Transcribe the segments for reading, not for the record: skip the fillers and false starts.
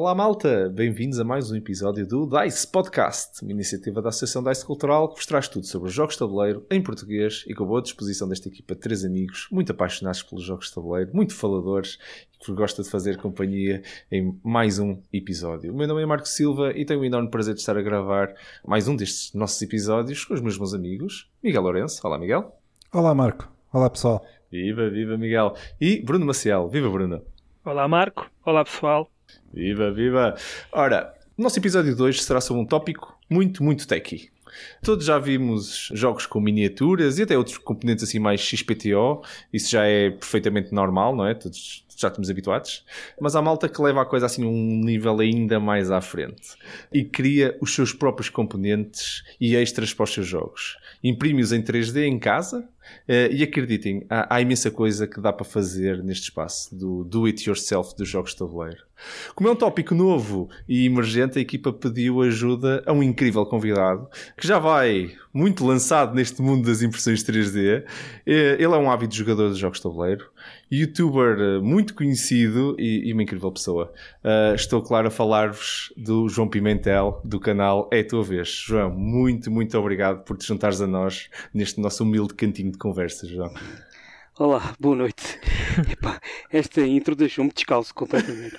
Olá malta, bem-vindos a mais um episódio do DICE Podcast, uma iniciativa da Associação DICE Cultural que vos traz tudo sobre os jogos de tabuleiro em português e com a boa disposição desta equipa de 3 amigos muito apaixonados pelos jogos de tabuleiro, muito faladores e que vos gosta de fazer companhia em mais um episódio. O meu nome é Marco Silva e tenho o enorme prazer de estar a gravar mais um destes nossos episódios com os meus bons amigos, Miguel Lourenço. Olá Miguel. Olá Marco. Olá pessoal. Viva Miguel. E Bruno Maciel. Viva Bruno. Olá Marco, olá pessoal. Viva! Ora, o nosso episódio de hoje será sobre um tópico muito techy. Todos já vimos jogos com miniaturas e até outros componentes assim mais XPTO. Isso já é perfeitamente normal, não é? Todos já estamos habituados. Mas há malta que leva a coisa assim a um nível ainda mais à frente e cria os seus próprios componentes e extras para os seus jogos. Imprime-os em 3D em casa e acreditem, há imensa coisa que dá para fazer neste espaço do do-it-yourself dos jogos de tabuleiro. Como é um tópico novo e emergente, a equipa pediu ajuda a um incrível convidado que já vai muito lançado neste mundo das impressões 3D. Ele é um ávido jogador de jogos de tabuleiro, youtuber muito conhecido e uma incrível pessoa. Estou, claro, a falar-vos do João Pimentel, do canal É a Tua Vez. João, muito obrigado por te juntares a nós neste nosso humilde cantinho de conversa, João. Olá, boa noite. Epá, esta intro deixou-me descalço completamente.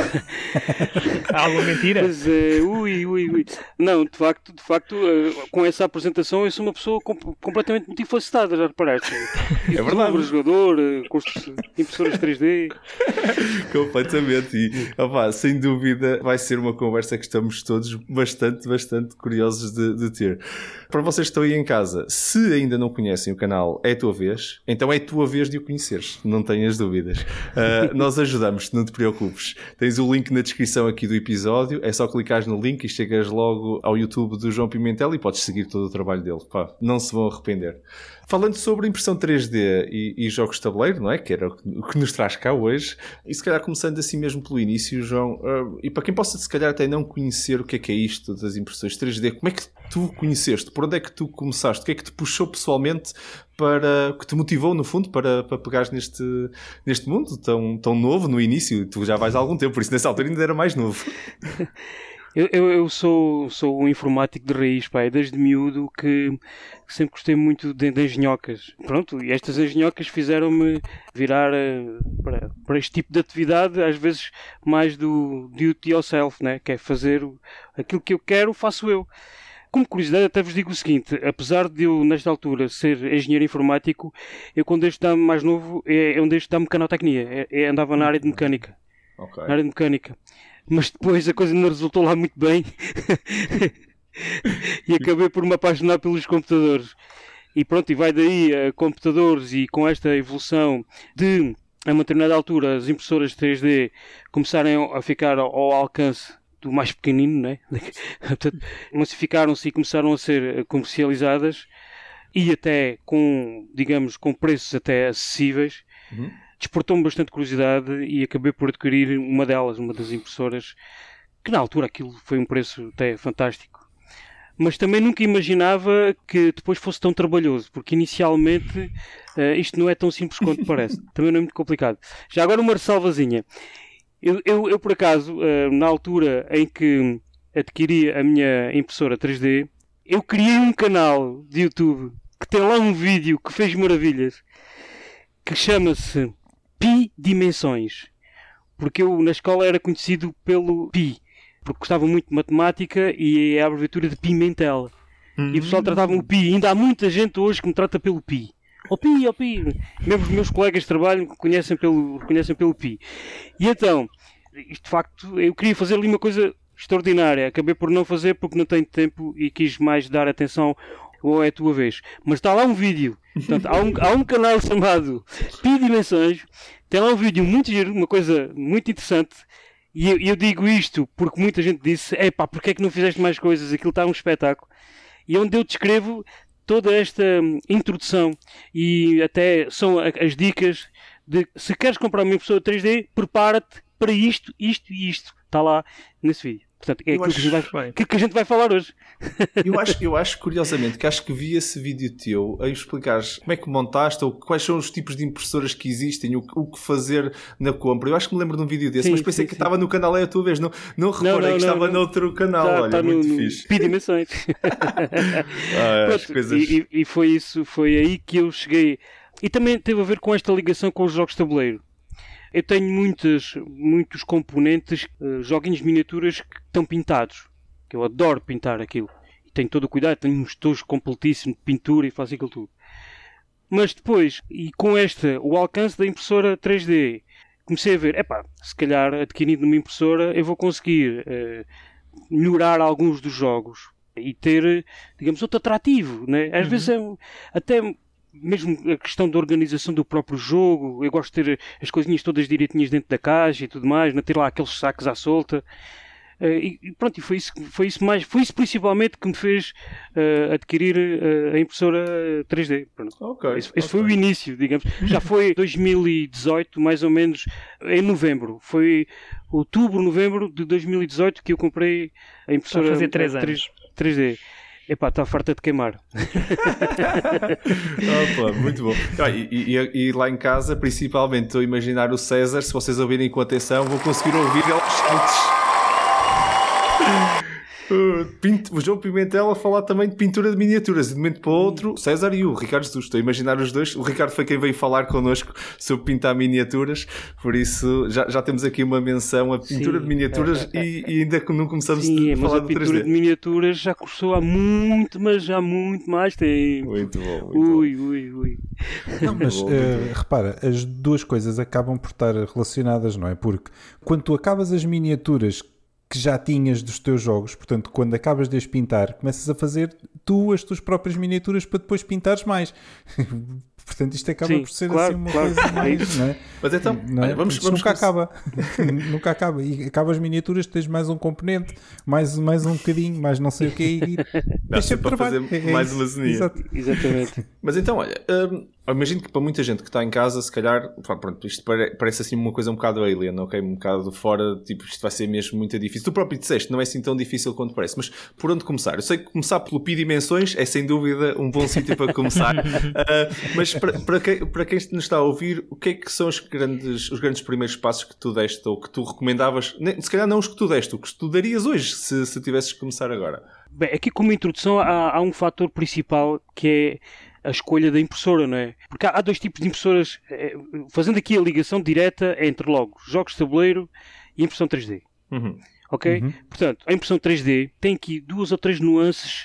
Há alguma mentira? Mas, ui. Não, de facto, com essa apresentação eu sou uma pessoa completamente multifacetada, já reparaste? É verdade. Jogador, impressoras 3D. Completamente. E, sem dúvida, vai ser uma conversa que estamos todos bastante curiosos de ter. Para vocês que estão aí em casa, se ainda não conhecem o canal É a Tua Vez, então é a tua vez de o conheceres, não tenhas dúvidas. Nós ajudamos-te, não te preocupes. Tens o link na descrição aqui do episódio, é só clicares no link e chegas logo ao YouTube do João Pimentel e podes seguir todo o trabalho dele. Pá, não se vão arrepender. Falando sobre impressão 3D e jogos de tabuleiro, não é? Que era o que nos traz cá hoje. E se calhar começando assim mesmo pelo início, João, e para quem possa se calhar até não conhecer o que é isto das impressões 3D, como é que tu conheceste? Por onde é que tu começaste? O que é que te puxou pessoalmente que te motivou, no fundo, para pegares neste mundo tão novo no início? Tu já vais há algum tempo, por isso nessa altura ainda era mais novo. Eu sou um informático de raiz, pá, desde miúdo que sempre gostei muito de engenhocas. Pronto, e estas engenhocas fizeram-me virar para este tipo de atividade, às vezes mais do do-it-yourself, né? Que é fazer aquilo que eu quero, faço eu. Como curiosidade, até vos digo o seguinte, apesar de eu, nesta altura, ser engenheiro informático, eu quando deixo de dar mais novo, é onde deixo de dar mecanotecnia, andava na área de mecânica. Okay. Na área de mecânica. Mas depois a coisa não resultou lá muito bem e acabei por me apaixonar pelos computadores. E pronto, e vai daí a computadores e com esta evolução de, a uma determinada altura, as impressoras 3D começarem a ficar ao alcance do mais pequenino, né? Massificaram-se e começaram a ser comercializadas e até com preços até acessíveis. Uhum. Despertou-me bastante curiosidade e acabei por adquirir uma das impressoras, que na altura aquilo foi um preço até fantástico. Mas também nunca imaginava que depois fosse tão trabalhoso, porque inicialmente isto não é tão simples quanto parece. Também não é muito complicado. Já agora uma ressalvazinha. Eu por acaso, na altura em que adquiri a minha impressora 3D, eu criei um canal de YouTube que tem lá um vídeo que fez maravilhas, que chama-se Pi Dimensões, porque eu na escola era conhecido pelo Pi, porque gostava muito de matemática e é a abreviatura de Pimentel. E o pessoal tratava-me o Pi, ainda há muita gente hoje que me trata pelo Pi. Ó Pi. Mesmo os meus colegas de trabalho me conhecem pelo Pi. E então, isto de facto, eu queria fazer ali uma coisa extraordinária, acabei por não fazer porque não tenho tempo e quis mais dar atenção ou é a tua vez. Mas está lá um vídeo. Portanto, há um canal chamado Pi Dimensões. Tem lá um vídeo muito giro, uma coisa muito interessante. E eu digo isto porque muita gente disse: epá, porque é que não fizeste mais coisas? Aquilo está um espetáculo. E onde eu descrevo toda esta introdução e até são as dicas de se queres comprar uma impressora 3D, prepara-te para isto e isto. Está lá nesse vídeo. Portanto, é aquilo que a gente vai falar hoje. Eu acho, curiosamente, que vi esse vídeo teu a explicares como é que montaste ou quais são os tipos de impressoras que existem, o que fazer na compra. Eu acho que me lembro de um vídeo desse, mas pensei que estava no canal a tua vez. Não reparei que estava noutro canal. Olha, muito fixe. P Dimensões. E foi isso, foi aí que eu cheguei. E também teve a ver com esta ligação com os jogos de tabuleiro. Eu tenho muitos componentes, joguinhos de miniaturas que estão pintados. Que eu adoro pintar aquilo. E tenho todo o cuidado, tenho um estojo completíssimo de pintura e faço aquilo tudo. Mas depois, e com o alcance da impressora 3D, comecei a ver, se calhar adquirindo uma impressora eu vou conseguir melhorar alguns dos jogos e ter, digamos, outro atrativo, né? Às vezes até mesmo a questão da organização do próprio jogo, eu gosto de ter as coisinhas todas direitinhas dentro da caixa e tudo mais, não ter lá aqueles sacos à solta. E pronto, foi isso principalmente que me fez adquirir a impressora 3D. Esse foi o início, digamos. Já foi 2018, mais ou menos, em novembro. Foi outubro, novembro de 2018 que eu comprei a impressora. Vai fazer 3 anos. 3D. Está farta de queimar. Muito bom. E lá em casa, principalmente, estou a imaginar o César. Se vocês ouvirem com atenção, vão conseguir ouvir eles. O João Pimentel a falar também de pintura de miniaturas. E de um momento para o outro, o César e o Ricardo Jesus. Estou a imaginar os dois. O Ricardo foi quem veio falar connosco sobre pintar miniaturas. Por isso, já temos aqui uma menção a pintura de miniaturas e ainda não começamos a falar de 3D. A pintura de miniaturas já cursou há muito, mas já muito mais tempo. Muito bom. Ui. Não, mas repara, as duas coisas acabam por estar relacionadas, não é? Porque quando tu acabas as miniaturas que já tinhas dos teus jogos, portanto, quando acabas de as pintar, começas a fazer as tuas próprias miniaturas para depois pintares mais. Portanto, isto acaba por ser assim uma coisa mais, não é? Mas então, não é? vamos nunca acaba. Nunca acaba. E acaba as miniaturas, tens mais um componente, mais um bocadinho, mais não sei o quê, e dá sempre para fazer mais uma ceninha. Exatamente. Mas então, olha, imagino que para muita gente que está em casa, se calhar, pronto, isto parece assim uma coisa um bocado alien, ok? Um bocado fora, tipo, isto vai ser mesmo muito difícil. Tu próprio disseste, não é assim tão difícil quanto parece, mas por onde começar? Eu sei que começar pelo Pi Dimensões é sem dúvida um bom sítio para começar, mas para quem nos está a ouvir, o que é que são os grandes primeiros passos que tu deste ou que tu recomendavas? Se calhar não os que tu deste, o que tu darias hoje se tivesses que começar agora? Bem, aqui como introdução há um fator principal que é a escolha da impressora, não é? Porque há dois tipos de impressoras, fazendo aqui a ligação direta entre logo jogos de tabuleiro e impressão 3D. Ok? Portanto, a impressão 3D tem aqui 2 ou 3 nuances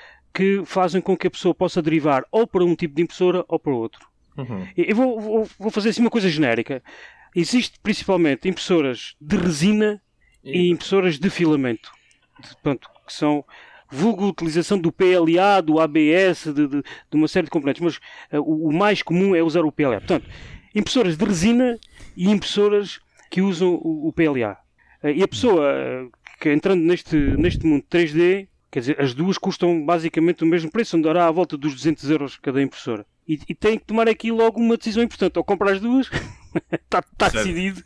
que fazem com que a pessoa possa derivar ou para um tipo de impressora ou para outro. Eu vou fazer assim uma coisa genérica. Existe principalmente impressoras de resina e impressoras de filamento. Portanto, que são vulgo utilização do PLA, do ABS, de uma série de componentes. Mas o mais comum é usar o PLA. Portanto, impressoras de resina e impressoras que usam o PLA. E a pessoa que entrando neste mundo 3D, quer dizer, as duas custam basicamente o mesmo preço, andará à volta dos 200 euros cada impressora. E tem que tomar aqui logo uma decisão importante. Ou comprar as duas, está decidido.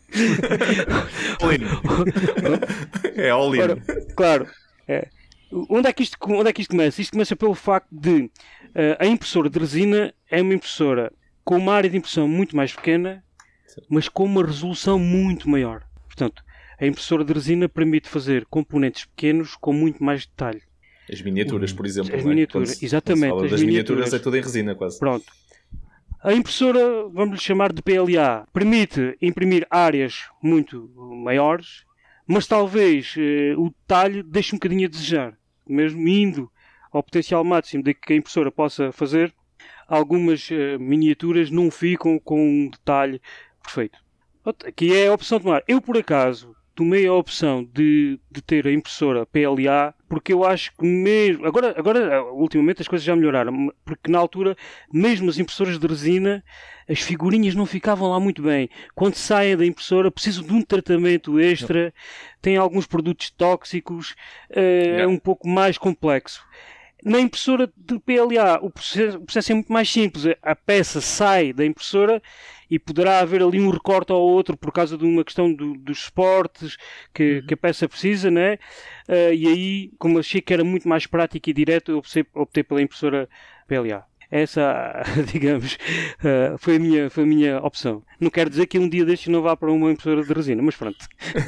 É all-in. Claro. Onde é que isto começa? Isto começa pelo facto de a impressora de resina é uma impressora com uma área de impressão muito mais pequena, mas com uma resolução muito maior. Portanto, a impressora de resina permite fazer componentes pequenos com muito mais detalhe. As miniaturas, por exemplo. As miniaturas, exatamente. As miniaturas é tudo em resina, quase. Pronto. A impressora, vamos lhe chamar de PLA, permite imprimir áreas muito maiores, mas talvez o detalhe deixe um bocadinho a desejar. Mesmo indo ao potencial máximo de que a impressora possa fazer, algumas miniaturas não ficam com um detalhe perfeito. Aqui é a opção de tomar. Eu, por acaso, tomei a opção de ter a impressora PLA porque eu acho que mesmo... Agora, ultimamente, as coisas já melhoraram, porque na altura, mesmo as impressoras de resina, as figurinhas não ficavam lá muito bem. Quando saem da impressora, precisam de um tratamento extra, têm alguns produtos tóxicos, é um pouco mais complexo. Na impressora de PLA o processo é muito mais simples. A peça sai da impressora e poderá haver ali um recorte ou outro por causa de uma questão dos suportes que a peça precisa, né? E aí, como achei que era muito mais prático e direto, eu optei pela impressora PLA. Essa, digamos, foi a minha opção. Não quero dizer que um dia destes não vá para uma impressora de resina, mas pronto.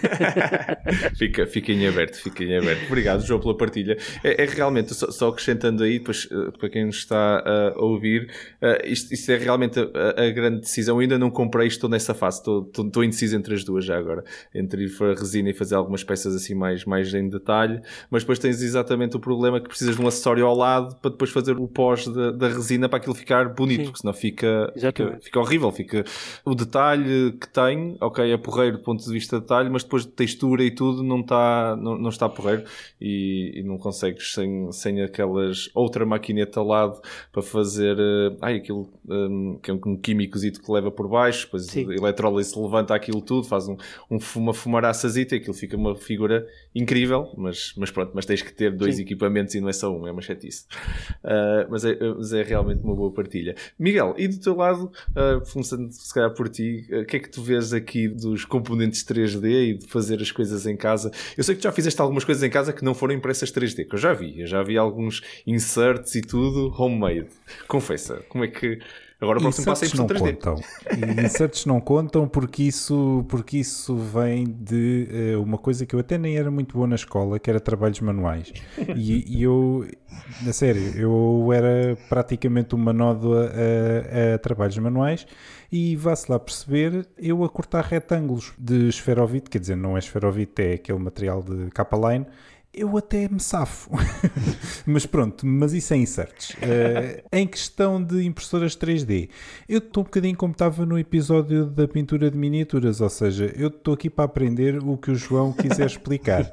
Fica em aberto. Obrigado, João, pela partilha. É realmente, só acrescentando aí, depois, para quem nos está a ouvir, isto é realmente a grande decisão. Eu ainda não comprei, estou nessa fase, estou indeciso entre as duas já agora, entre ir para a resina e fazer algumas peças assim mais em detalhe, mas depois tens exatamente o problema que precisas de um acessório ao lado para depois fazer o pós da resina para aquilo ficar bonito, porque senão fica horrível, fica o detalhe que tem, ok, é porreiro do ponto de vista de detalhe, mas depois de textura e tudo não está porreiro e não consegues sem aquelas outra maquineta ao lado para fazer aquilo que é um químicozito que leva por baixo, depois a eletrólise levanta aquilo tudo, faz uma fumaraçazita e aquilo fica uma figura incrível, mas pronto, mas tens que ter dois equipamentos e não é só um, é uma chatice. Mas é realmente uma boa partilha. Miguel, e do teu lado, começando se calhar por ti, o que é que tu vês aqui dos componentes 3D e de fazer as coisas em casa? Eu sei que tu já fizeste algumas coisas em casa que não foram impressas 3D, que eu já vi alguns inserts e tudo homemade. Confessa, como é que... Agora o próximo passo é a impressão 3D. Contam. E inserts não contam porque isso vem de uma coisa que eu até nem era muito boa na escola, que era trabalhos manuais. E eu, a sério, eu era praticamente uma nódoa a trabalhos manuais e vá-se lá perceber, eu a cortar retângulos de esferovite, quer dizer, não é esferovite, é aquele material de capa-line, eu até me safo. Mas pronto, mas isso é inserts. Em questão de impressoras 3D, eu estou um bocadinho como estava no episódio da pintura de miniaturas, ou seja, eu estou aqui para aprender o que o João quiser explicar.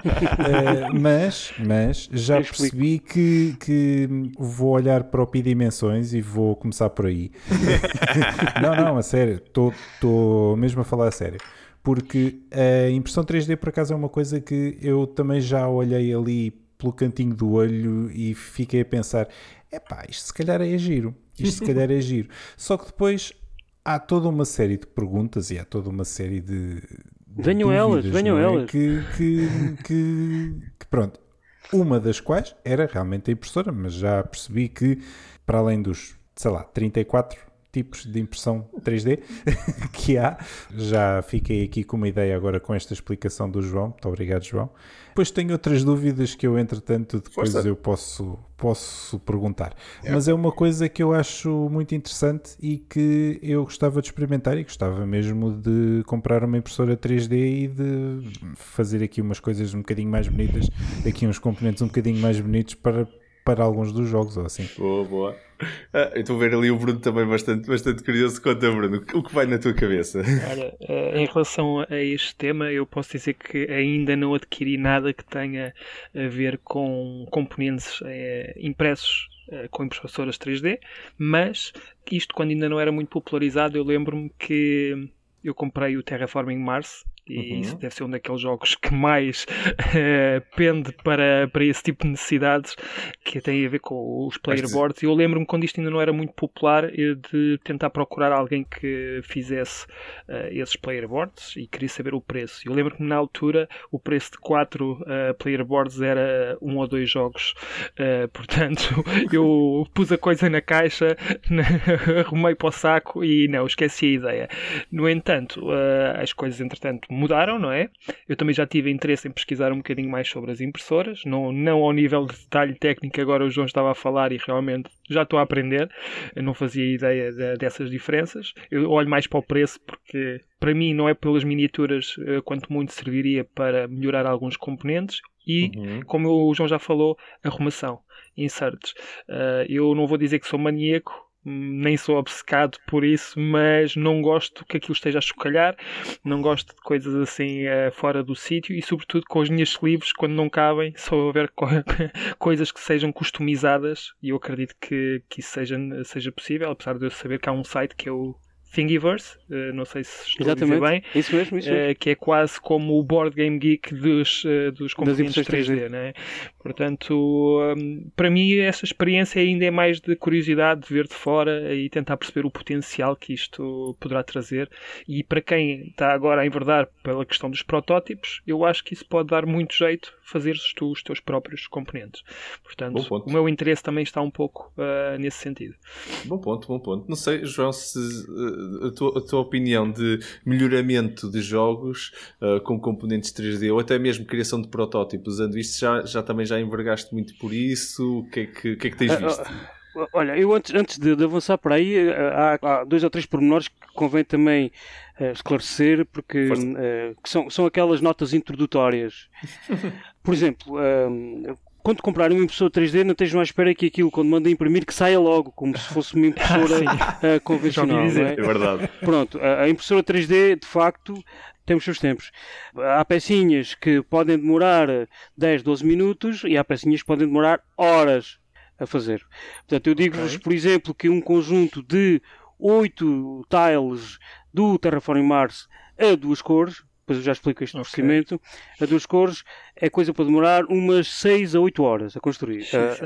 Mas já percebi que vou olhar para o Pidimensões e vou começar por aí. Não, a sério, estou mesmo a falar a sério. Porque a impressão 3D, por acaso, é uma coisa que eu também já olhei ali pelo cantinho do olho e fiquei a pensar, isto se calhar é giro. Só que depois há toda uma série de perguntas e há toda uma série de venham elas. Que pronto. Uma das quais era realmente a impressora, mas já percebi que, para além dos, 34 tipos de impressão 3D que há. Já fiquei aqui com uma ideia agora com esta explicação do João. Muito obrigado, João. Depois tenho outras dúvidas que eu, entretanto, depois eu posso perguntar. Mas é uma coisa que eu acho muito interessante e que eu gostava de experimentar e gostava mesmo de comprar uma impressora 3D e de fazer aqui umas coisas um bocadinho mais bonitas, aqui uns componentes um bocadinho mais bonitos para alguns dos jogos, ou assim. Boa. Eu estou a ver ali o Bruno também bastante curioso. Conta, Bruno, o que vai na tua cabeça? Olha, em relação a este tema, eu posso dizer que ainda não adquiri nada que tenha a ver com componentes impressos com impressoras 3D, mas isto, quando ainda não era muito popularizado, eu lembro-me que eu comprei o Terraforming Mars. E isso deve ser um daqueles jogos que mais pende para esse tipo de necessidades, que tem a ver com os player boards. E eu lembro-me, quando isto ainda não era muito popular, de tentar procurar alguém que fizesse esses player boards e queria saber o preço. Eu lembro que na altura o preço de 4 player boards era 1 ou 2 jogos. Portanto, eu pus a coisa na caixa, arrumei para o saco e não, esqueci a ideia. No entanto, as coisas entretanto mudaram, não é? Eu também já tive interesse em pesquisar um bocadinho mais sobre as impressoras, não ao nível de detalhe técnico, agora o João estava a falar e realmente já estou a aprender. Eu não fazia ideia dessas diferenças. Eu olho mais para o preço porque, para mim, não é pelas miniaturas, quanto muito serviria para melhorar alguns componentes e, como o João já falou, arrumação, inserts. Eu não vou dizer que sou maníaco, nem sou obcecado por isso, mas não gosto que aquilo esteja a chocalhar, não gosto de coisas assim fora do sítio e sobretudo com as minhas livros, quando não cabem, só houver coisas que sejam customizadas, e eu acredito que isso seja possível, apesar de eu saber que há um site que é o Thingiverse, não sei se estou a dizer bem, isso mesmo. Que é quase como o Board Game Geek dos componentes 3D, né? Portanto, para mim, essa experiência ainda é mais de curiosidade, de ver de fora e tentar perceber o potencial que isto poderá trazer. E para quem está agora a enverdar pela questão dos protótipos, eu acho que isso pode dar muito jeito fazeres tu os teus próprios componentes. Portanto, o meu interesse também está um pouco nesse sentido. Bom ponto. Não sei, João, se a tua opinião de melhoramento de jogos com componentes 3D ou até mesmo criação de protótipos usando isto, também já envergaste muito por isso? O que é que tens visto? Olha, eu antes de avançar por aí, há 2 ou 3 pormenores que convém também esclarecer, porque que são aquelas notas introdutórias. Por exemplo, quando comprarem uma impressora 3D, não estejam à espera que aquilo, quando mandem imprimir, que saia logo, como se fosse uma impressora convencional. Não é? É verdade. Pronto, a impressora 3D, de facto, tem os seus tempos. Há pecinhas que podem demorar 10, 12 minutos e há pecinhas que podem demorar horas a fazer. Portanto, eu digo-vos, por exemplo, que um conjunto de 8 tiles do Terraforming Mars a 2 cores, depois eu já explico este procedimento, a 2 cores é coisa para demorar umas 6 a 8 horas a construir,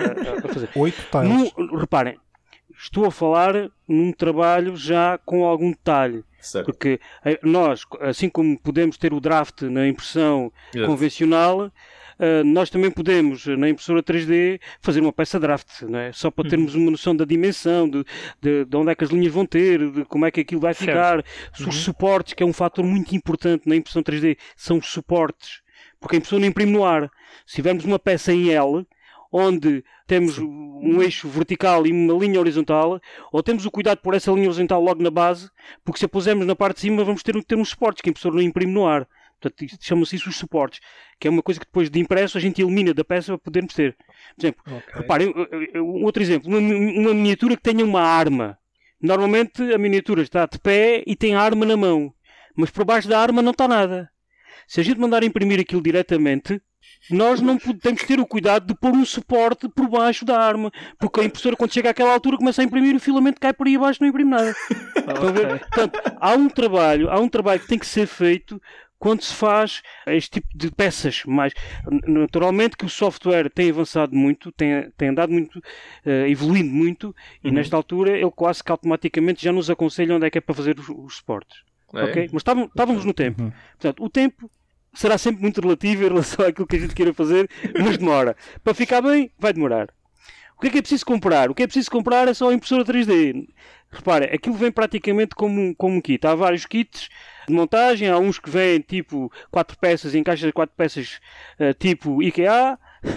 a fazer. 8 tiles. Reparem, estou a falar num trabalho já com algum detalhe. Certo. Porque nós, assim como podemos ter o draft na impressão convencional, nós também podemos, na impressora 3D, fazer uma peça draft, não é? Só para termos uma noção da dimensão, de onde é que as linhas vão ter, de como é que aquilo vai ficar. Os suportes, que é um fator muito importante na impressão 3D, são os suportes. Porque a impressora não imprime no ar. Se tivermos uma peça em L, onde temos um eixo vertical e uma linha horizontal, ou temos o cuidado por essa linha horizontal logo na base, porque se a pusermos na parte de cima vamos ter uns suportes que a impressora não imprime no ar. Portanto, chama-se isso os suportes, que é uma coisa que depois de impresso a gente elimina da peça para podermos ter. Por exemplo, reparem, outro exemplo, uma miniatura que tenha uma arma. Normalmente a miniatura está de pé e tem a arma na mão, mas por baixo da arma não está nada. Se a gente mandar imprimir aquilo diretamente, nós não temos que ter o cuidado de pôr um suporte por baixo da arma, porque a impressora, quando chega àquela altura, começa a imprimir, o filamento cai por aí abaixo e não imprime nada. Portanto, há um trabalho que tem que ser feito quando se faz este tipo de peças. Mais naturalmente que o software tem avançado muito, tem andado muito, evoluindo muito, e nesta altura ele quase que automaticamente já nos aconselha onde é que é para fazer os suportes. Okay? Mas estávamos no tempo. Portanto, o tempo será sempre muito relativo em relação àquilo que a gente queira fazer, mas demora. Para ficar bem, vai demorar. O que é preciso comprar? O que é preciso comprar é só a impressora 3D. Repare, aquilo vem praticamente como um kit. Há vários kits de montagem, há uns que vêm tipo 4 peças, em caixas de 4 peças tipo IKEA.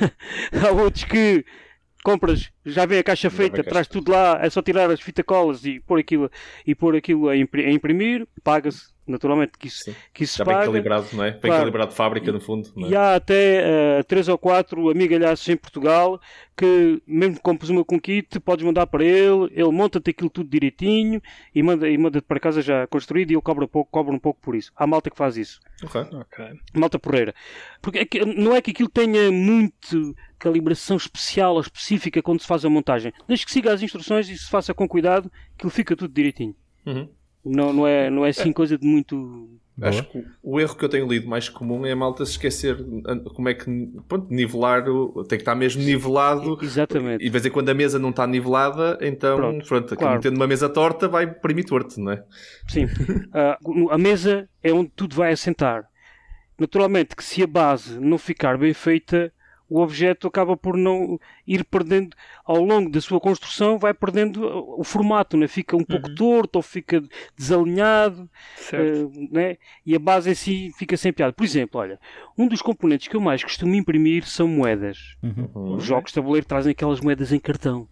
Há outros que compras, já vem a caixa feita, traz tudo lá, é só tirar as fita-colas e pôr aquilo a imprimir, paga-se, naturalmente, que isso já paga. Bem calibrado, não é? Bem calibrado de fábrica, no fundo. Não é? E há até 3 ou 4 amigalhaços em Portugal que, mesmo que compres uma com kit, podes mandar para ele monta-te aquilo tudo direitinho e manda-te para casa já construído e ele cobra um pouco por isso. Há malta que faz isso. Ok. Malta porreira. Porque não é que aquilo tenha muito calibração especial ou específica quando se faz a montagem. Desde que siga as instruções e se faça com cuidado, aquilo fica tudo direitinho. Não é assim coisa de muito... Acho que o erro que eu tenho lido mais comum é a malta se esquecer como é que nivelar, tem que estar mesmo nivelado. Exatamente. E de vez em quando a mesa não está nivelada, então claro. Tendo uma mesa torta vai imprimir torto, não é? Sim. A mesa é onde tudo vai assentar. Naturalmente que se a base não ficar bem feita, o objeto acaba por não ir perdendo, ao longo da sua construção, vai perdendo o formato, né? Fica um pouco torto ou fica desalinhado, né? E a base em si fica sem piada. Por exemplo, olha, um dos componentes que eu mais costumo imprimir são moedas. Os jogos de tabuleiro trazem aquelas moedas em cartão.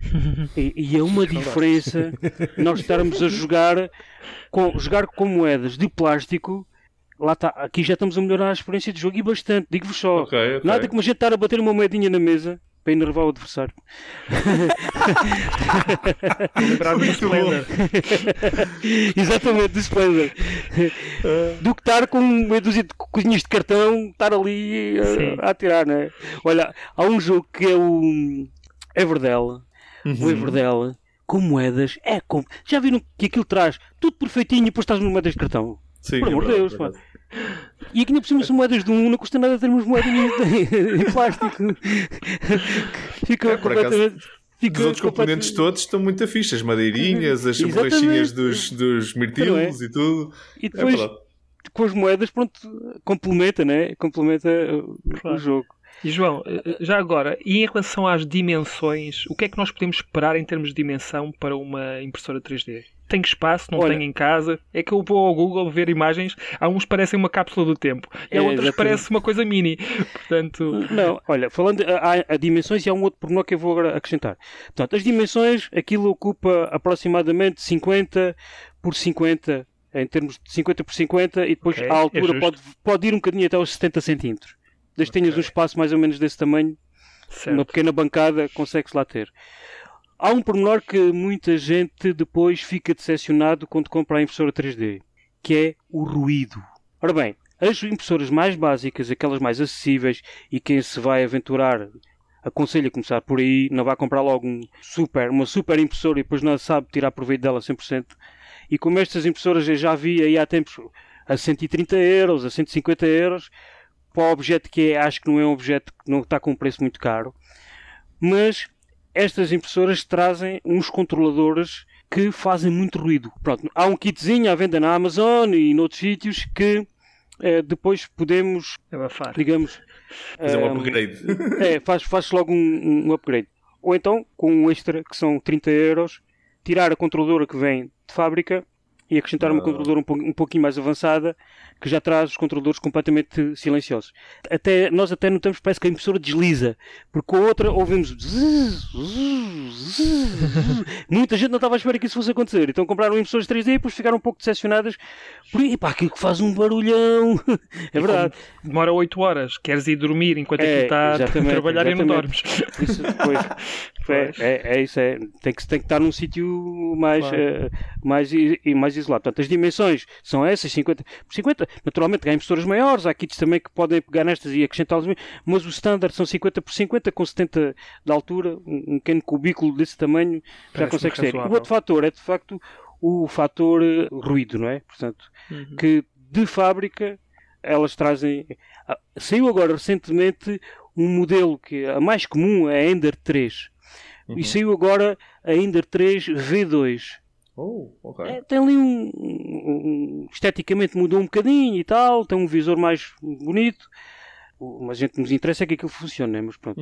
E é uma diferença nós estarmos a jogar com moedas de plástico. Lá está, aqui já estamos a melhorar a experiência de jogo e bastante, digo-vos só. Nada como a gente estar a bater uma moedinha na mesa para enervar o adversário. Lembrar-me do Splendor. Exatamente, do Splendor. Do que estar com meia dúzia de coisinhas de cartão, estar ali a atirar, não é? Olha, há um jogo que é o Everdell. O Everdell, com moedas, já viram que aquilo traz tudo perfeitinho e depois estás com moedas de cartão? Sim, por amor de Deus, E aqui ainda por cima são moedas de não custa nada termos moedas em plástico. Fica completamente... Os outros componentes todos estão muito fixe. As madeirinhas, as bolachinhas dos mirtilos e tudo. E depois, com as moedas, pronto, complementa, né? Complementa o jogo. E João, já agora, e em relação às dimensões, o que é que nós podemos esperar em termos de dimensão para uma impressora 3D? Tem espaço? Não tem em casa? É que eu vou ao Google ver imagens, há uns parecem uma cápsula do tempo, e há outras parecem uma coisa mini. Portanto... Não, olha, falando há dimensões e há um outro pormenor que eu vou agora acrescentar. Portanto, as dimensões, aquilo ocupa aproximadamente 50 por 50, em termos de 50 por 50, e depois a altura pode ir um bocadinho até aos 70 centímetros. Desde que tenhas um espaço mais ou menos desse tamanho, uma pequena bancada, consegues lá ter. Há um pormenor que muita gente depois fica decepcionado quando compra a impressora 3D, que é o ruído. Ora bem, as impressoras mais básicas, aquelas mais acessíveis, e quem se vai aventurar, aconselho a começar por aí, não vai comprar logo uma super impressora e depois não sabe tirar proveito dela 100%. E como estas impressoras eu já vi aí há tempos a 130 euros, a 150 euros, para o objeto que acho que não é um objeto que não está com um preço muito caro, mas estas impressoras trazem uns controladores que fazem muito ruído. Pronto, há um kitzinho à venda na Amazon e noutros sítios que depois podemos, digamos, fazer um upgrade. Faz logo um upgrade. Ou então, com um extra, que são 30 euros, tirar a controladora que vem de fábrica e acrescentar uma controladora um pouquinho mais avançada, que já traz os controladores completamente silenciosos. Nós até notamos que parece que a impressora desliza, porque com a outra ouvimos muita gente não estava à espera que isso fosse acontecer, então compraram impressoras 3D e depois ficaram um pouco decepcionadas por aquilo que faz um barulhão. É verdade. Demora 8 horas, queres ir dormir enquanto aquilo está a trabalhar e não dormes. Isso depois tem que estar num sítio mais isolado. Portanto, as dimensões são essas, 50 por 50. Naturalmente, há impressoras maiores, há kits também que podem pegar nestas e acrescentá-las, mas o standard são 50 por 50, com 70 de altura, um pequeno cubículo desse tamanho, já consegues ter. O outro fator é, de facto, o fator ruído, não é? Portanto, que de fábrica elas trazem... Saiu agora recentemente um modelo que a mais comum é a Ender 3. E saiu agora a Ender 3 V2. Okay. Tem ali esteticamente mudou um bocadinho e tal, tem um visor mais bonito, mas a gente nos interessa é que aquilo funcione, né? Mas pronto.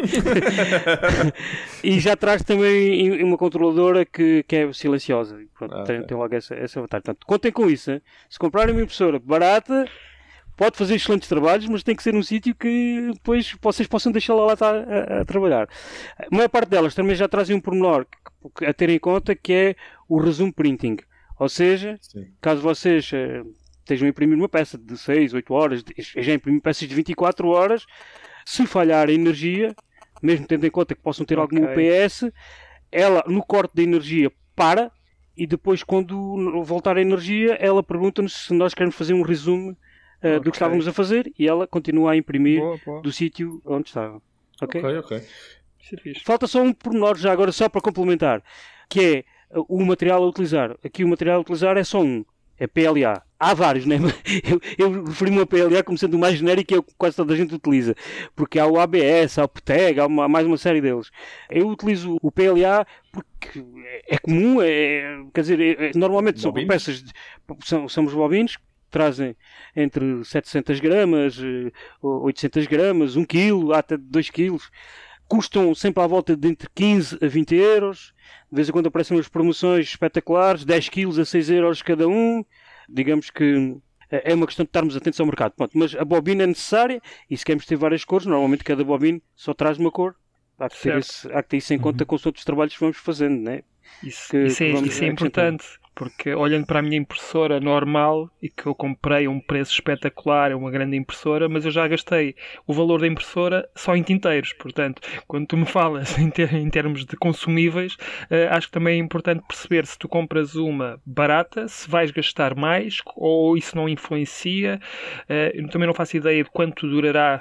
E já traz também uma controladora que é silenciosa. Pronto, tem logo essa vantagem. Portanto, contem com isso. Hein? Se comprarem uma impressora barata, pode fazer excelentes trabalhos, mas tem que ser num sítio que depois vocês possam deixá-la lá estar a trabalhar. A maior parte delas também já trazem um pormenor a ter em conta, que é o resume printing. Ou seja, caso vocês estejam a imprimir uma peça de 6, 8 horas, já imprimir peças de 24 horas, se falhar a energia, mesmo tendo em conta que possam ter algum UPS, ela, no corte da energia, para, e depois, quando voltar a energia, ela pergunta-nos se nós queremos fazer um resume do que estávamos a fazer, e ela continua a imprimir do sítio onde estava. Ok. Falta só um pormenor já agora, só para complementar, que é o material a utilizar. Aqui o material a utilizar é só é PLA. Há vários, né? Eu referi-me a PLA como sendo o mais genérico, que é o que quase toda a gente utiliza, porque há o ABS, há o PTEG, há mais uma série deles. Eu utilizo o PLA porque é comum, quer dizer, normalmente são peças, são os bobinos, trazem entre 700 gramas, 800 gramas, 1 kg, até 2 kg. Custam sempre à volta de entre 15 a 20 euros. De vez em quando aparecem umas promoções espetaculares, 10 kg a 6 euros cada um. Digamos que é uma questão de estarmos atentos ao mercado. Pronto, mas a bobina é necessária, e se queremos ter várias cores, normalmente cada bobina só traz uma cor. Há que ter isso em conta com os outros trabalhos que vamos fazendo, não é? Isso é importante, porque olhando para a minha impressora normal, e que eu comprei a um preço espetacular, é uma grande impressora, mas eu já gastei o valor da impressora só em tinteiros. Portanto, quando tu me falas em termos de consumíveis, acho que também é importante perceber se tu compras uma barata, se vais gastar mais, ou isso não influencia. Eu também não faço ideia de quanto durará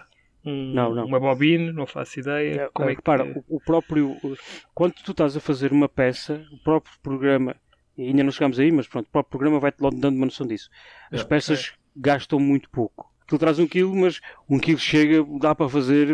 uma bobina, não faço ideia. Como é que... o próprio, quando tu estás a fazer uma peça, o próprio programa, e ainda não chegamos aí, mas pronto, o próprio programa vai-te logo dando uma noção disso. As peças gastam muito pouco. Aquilo traz 1 kg, mas 1 kg chega, dá para fazer...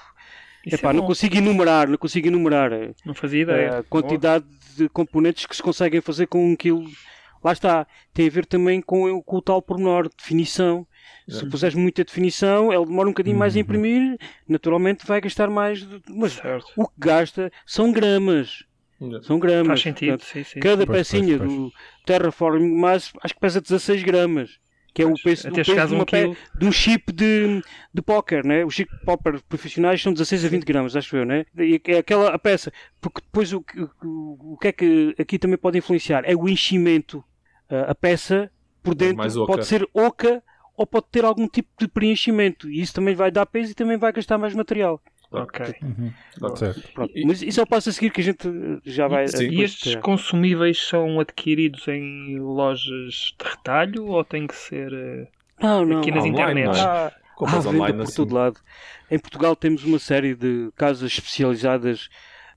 Epá, não consigo enumerar. Não fazia ideia. A quantidade de componentes que se conseguem fazer com 1 kg. Lá está. Tem a ver também com o tal pormenor, definição. Se puseres muita definição, ele demora um bocadinho mais a imprimir, naturalmente vai gastar mais. Mas Certo. o que gasta são gramas. São gramas. Faz sentido, Portanto, sim. cada pecinha do Terraforming Mars acho que pesa 16 gramas. Que é o peso de um chip de póquer, né? Os chip de póquer profissionais são 16 a 20 gramas, acho eu, né? E é aquela a peça. Porque depois o que é que aqui também pode influenciar? É o enchimento. A peça por dentro pode ser oca ou pode ter algum tipo de preenchimento. E isso também vai dar peso e também vai gastar mais material. Ok. Pronto. Mas isso é o passo a seguir que a gente já vai... E estes consumíveis são adquiridos em lojas de retalho ou tem que ser aqui nas internets? Há venda por todo lado. Em Portugal temos uma série de casas especializadas,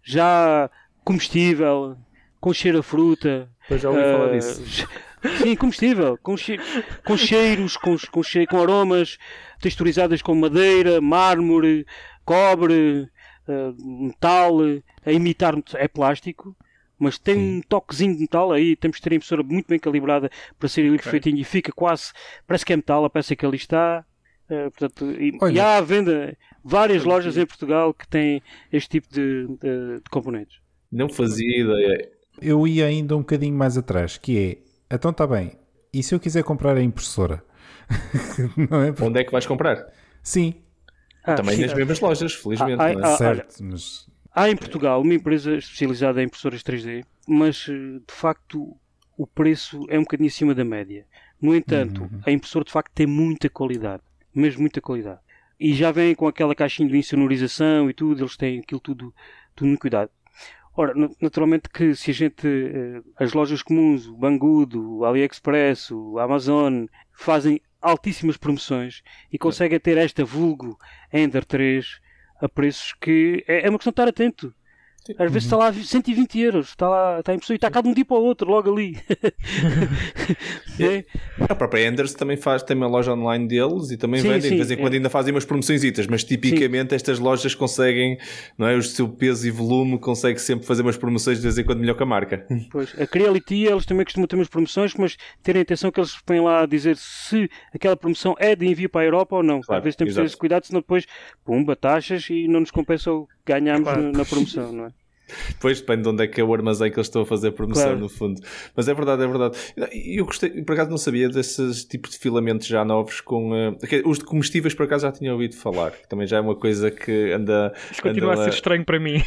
já comestível, com cheiro a fruta. Pois já ouvi falar disso. Sim, comestível, com cheiros, com aromas, texturizadas com madeira, mármore, cobre, metal, a imitar, é plástico, mas tem um toquezinho de metal aí, temos que ter a impressora muito bem calibrada para ser ali perfeitinho e fica quase, parece que é metal a peça que ali está. Portanto, e há à venda várias lojas em Portugal que têm este tipo de componentes. Não fazia ideia. Eu ia ainda um bocadinho mais atrás, que é, então está bem, e se eu quiser comprar a impressora? Não é? Onde é que vais comprar? Sim. Também nas mesmas lojas, felizmente. Certo, mas... Há em Portugal uma empresa especializada em impressoras 3D, mas de facto o preço é um bocadinho acima da média. No entanto, a impressora de facto tem muita qualidade, mesmo muita qualidade. E já vem com aquela caixinha de insonorização e tudo, eles têm aquilo tudo muito cuidado. Ora, naturalmente que se a gente, as lojas comuns, o Banggood, o AliExpress, o Amazon, fazem altíssimas promoções e conseguem ter esta vulgo Ender 3 a preços que é uma questão de estar atento. Às vezes está lá 120 euros, está a impressão e está cá de um dia para o outro, logo ali. A própria Enders também tem uma loja online deles e também vendem, de vez em quando ainda fazem umas promoçõezitas, mas tipicamente estas lojas conseguem, não é, o seu peso e volume, consegue sempre fazer umas promoções de vez em quando melhor que a marca. Pois, a Creality, eles também costumam ter umas promoções, mas terem atenção que eles põem lá a dizer se aquela promoção é de envio para a Europa ou não. Claro, às vezes temos que ter esse cuidado, senão depois, pumba, taxas e não nos compensa o que ganhamos na promoção, não é? Depois depende de onde é que é o armazém que eles estão a fazer promoção, no fundo. Mas é verdade. Eu gostei, por acaso não sabia desses tipos de filamentos já novos com... os de comestíveis, por acaso já tinha ouvido falar, que também já é uma coisa que anda... Isso continua a ser estranho para mim.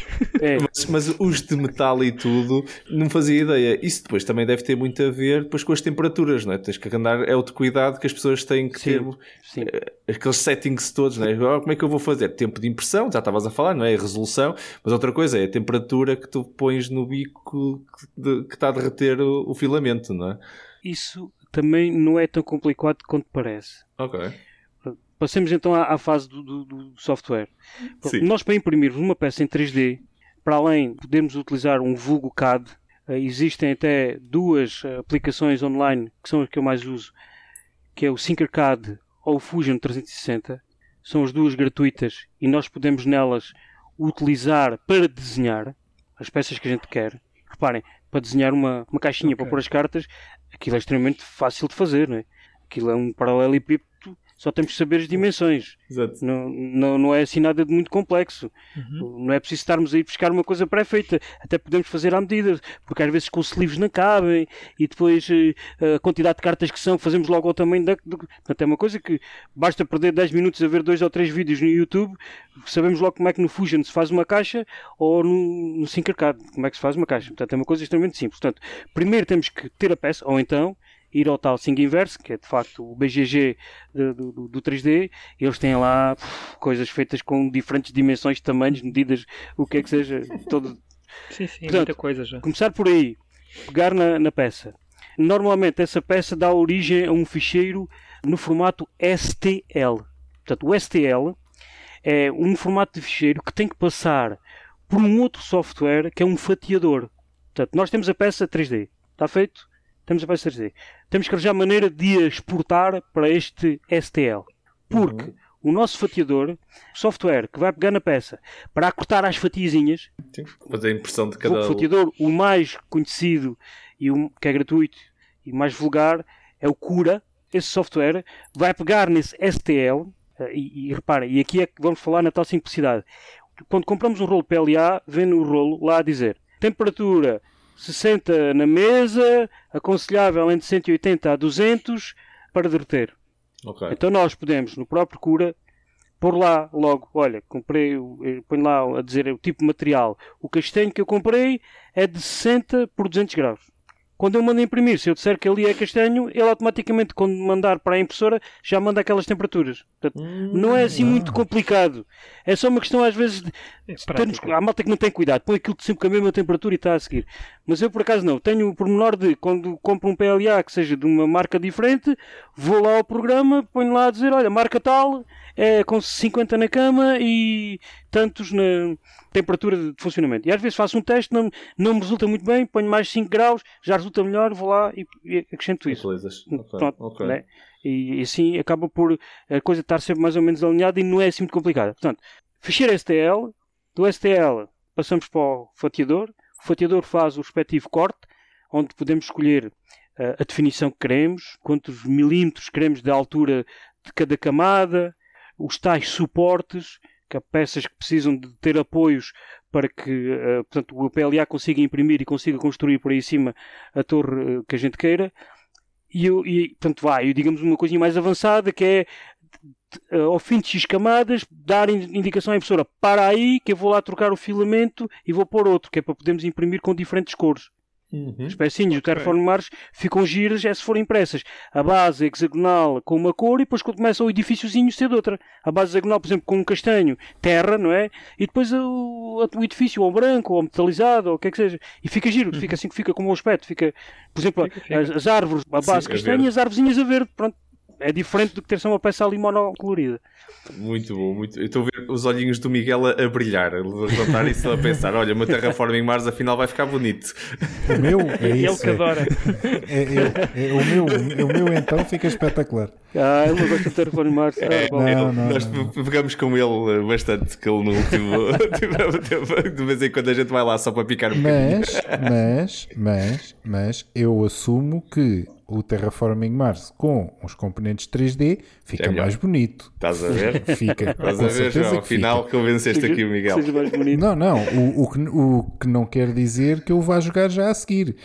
Mas os de metal e tudo, não fazia ideia. Isso depois também deve ter muito a ver depois com as temperaturas, não é? Tens que andar, é outro cuidado que as pessoas têm que ter. Aqueles settings todos, não é? Como é que eu vou fazer? Tempo de impressão, já estavas a falar, não é? A resolução, mas outra coisa é a temperatura que tu pões no bico que está a derreter o filamento, não é? Isso também não é tão complicado quanto parece. Ok. Passemos então à fase do software. Nós, para imprimirmos uma peça em 3D, para além de podermos utilizar um vulgo CAD, existem até duas aplicações online que são as que eu mais uso, que é o Tinkercad ou o Fusion 360. São as duas gratuitas e nós podemos nelas utilizar para desenhar as peças que a gente quer. Reparem, para desenhar uma caixinha para pôr as cartas, aquilo é extremamente fácil de fazer, não é? Aquilo é um paralelepípedo, só temos que saber as dimensões. Exato. Não é assim nada de muito complexo. Não é preciso estarmos a ir buscar uma coisa pré-feita. Até podemos fazer à medida, porque às vezes com os livros não cabem e depois a quantidade de cartas que são, fazemos logo ao tamanho Portanto, é uma coisa que basta perder 10 minutos a ver 2 ou 3 vídeos no YouTube, sabemos logo como é que no Fusion se faz uma caixa ou no Tinkercad como é que se faz uma caixa. Portanto, é uma coisa extremamente simples. Portanto, primeiro temos que ter a peça, ou então ir ao tal Thingiverse, que é de facto o BGG do 3D, e eles têm lá coisas feitas com diferentes dimensões, tamanhos, medidas, o que é que seja. Todo... Sim, portanto, muita coisa já. Começar por aí, pegar na peça. Normalmente essa peça dá origem a um ficheiro no formato STL. Portanto, o STL é um formato de ficheiro que tem que passar por um outro software que é um fatiador. Portanto, nós temos a peça 3D. Está feito? temos a peça 3D. Temos que arranjar maneira de a exportar para este STL. Porque o nosso fatiador, o software que vai pegar na peça para cortar as fatiazinhas, fazer a impressão de cada... O fatiador, o mais conhecido e que é gratuito e mais vulgar, é o Cura. Esse software vai pegar nesse STL e repara, e aqui é que vamos falar na tal simplicidade. Quando compramos um rolo PLA, vem no rolo lá a dizer temperatura 60 na mesa, aconselhável entre 180 a 200 para derreter. Okay. Então nós podemos, no próprio Cura, pôr lá logo, olha, ponho lá a dizer o tipo de material. O castanho que eu comprei é de 60 por 200 graus. Quando eu mando imprimir, se eu disser que ali é castanho, ele automaticamente, quando mandar para a impressora, já manda aquelas temperaturas. Portanto, não é assim muito complicado. É só uma questão, às vezes, de há malta que não tem cuidado. Põe aquilo sempre com a mesma temperatura e está a seguir. Mas eu, por acaso, não. Tenho o pormenor de, quando compro um PLA que seja de uma marca diferente, vou lá ao programa, ponho lá a dizer, olha, marca tal, é com 50 na cama e tantos na temperatura de funcionamento. E às vezes faço um teste, não me resulta muito bem, ponho mais 5 graus, já resulta melhor, vou lá e acrescento isso. Pronto, okay. Né? E assim acaba por a coisa estar sempre mais ou menos alinhada e não é assim muito complicada. Portanto, ficheiro STL, do STL passamos para o fatiador faz o respectivo corte, onde podemos escolher a definição que queremos, quantos milímetros queremos de altura de cada camada, os tais suportes, que há peças que precisam de ter apoios para que portanto, o PLA consiga imprimir e consiga construir por aí cima a torre que a gente queira. Portanto, digamos uma coisinha mais avançada, que é ao fim de X camadas, dar indicação à impressora, para aí que eu vou lá trocar o filamento e vou pôr outro, que é para podermos imprimir com diferentes cores. As pecinhas do Terraform Mars ficam giras se forem impressas. A base hexagonal com uma cor e depois quando começa o edifíciozinho ser de outra. A base hexagonal, por exemplo, com um castanho, terra, não é? E depois o edifício ou branco ou metalizado ou o que é que seja. E fica giro, fica assim que fica com o aspecto. Fica, por exemplo, as árvores, a base castanha e as arvorezinhas a verde. Pronto. É diferente do que ter só uma peça ali monocolorida. Muito bom, muito. Eu estou a ver os olhinhos do Miguel a brilhar, a levantar isso a pensar, olha, o meu Terraforming Mars afinal vai ficar bonito. O meu é isso. Ele que adora. O meu então fica espetacular. Ele não gosta de Terraforming Mars. Nós pegamos com ele bastante, que ele no último de vez em quando a gente vai lá só para picar um mas eu assumo que o Terraforming Mars com os componentes 3D fica mais bonito. Estás a ver? Fica. Estás a ver, João? Afinal convenceste aqui o Miguel. Não. O que não quer dizer que eu vá jogar já a seguir.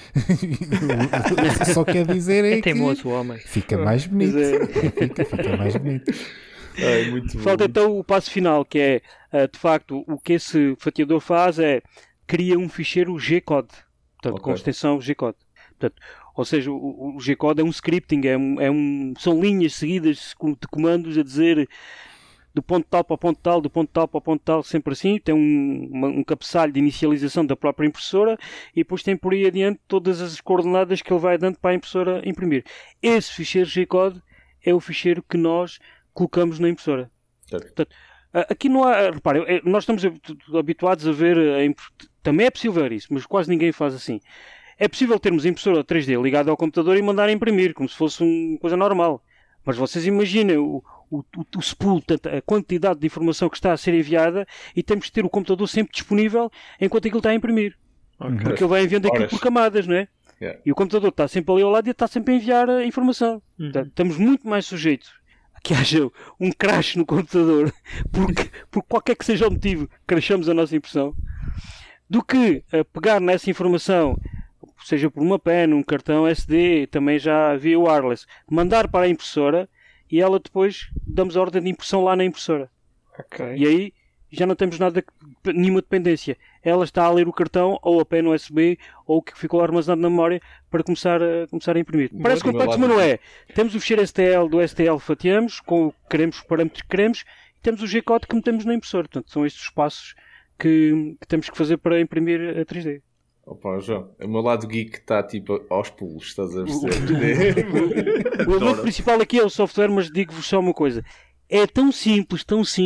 Só quer dizer é que teimoso homem. Fica mais bonito. Fica mais bonito. Muito Falta bom. então o passo final, que é, de facto, o que esse fatiador faz é cria um ficheiro G-code. Portanto, com extensão G-code. Portanto, ou seja, o G-code é um scripting, são linhas seguidas de comandos a dizer do ponto tal para o ponto tal, do ponto tal para o ponto tal, sempre assim. Tem um cabeçalho de inicialização da própria impressora e depois tem por aí adiante todas as coordenadas que ele vai dando para a impressora imprimir. Esse ficheiro G-code é o ficheiro que nós colocamos na impressora. Portanto, aqui não há... Reparem, nós estamos habituados a ver... Também é possível ver isso, mas quase ninguém faz assim. É possível termos a impressora 3D ligada ao computador e mandar imprimir, como se fosse uma coisa normal. Mas vocês imaginem o spool, a quantidade de informação que está a ser enviada e temos que ter o computador sempre disponível enquanto aquilo está a imprimir. Porque ele vai enviando aquilo por camadas, não é? Yeah. E o computador está sempre ali ao lado e está sempre a enviar a informação. Portanto, estamos muito mais sujeitos a que haja um crash no computador, porque por qualquer que seja o motivo, crashamos a nossa impressão, do que pegar nessa informação, seja por uma pen, um cartão SD, também já via wireless, mandar para a impressora e ela depois damos a ordem de impressão lá na impressora. Okay. E aí já não temos nenhuma dependência. Ela está a ler o cartão ou a pen USB ou o que ficou armazenado na memória para começar a imprimir. Parece complexo, mas não é. Temos o ficheiro STL do STL, fatiamos com o que queremos, os parâmetros que queremos, e temos o G-code que metemos na impressora. Portanto, são estes os passos que temos que fazer para imprimir a 3D. Opa, João, o meu lado geek está tipo aos pulos, estás a perceber? O elemento principal aqui é o software, mas digo-vos só uma coisa. É tão simples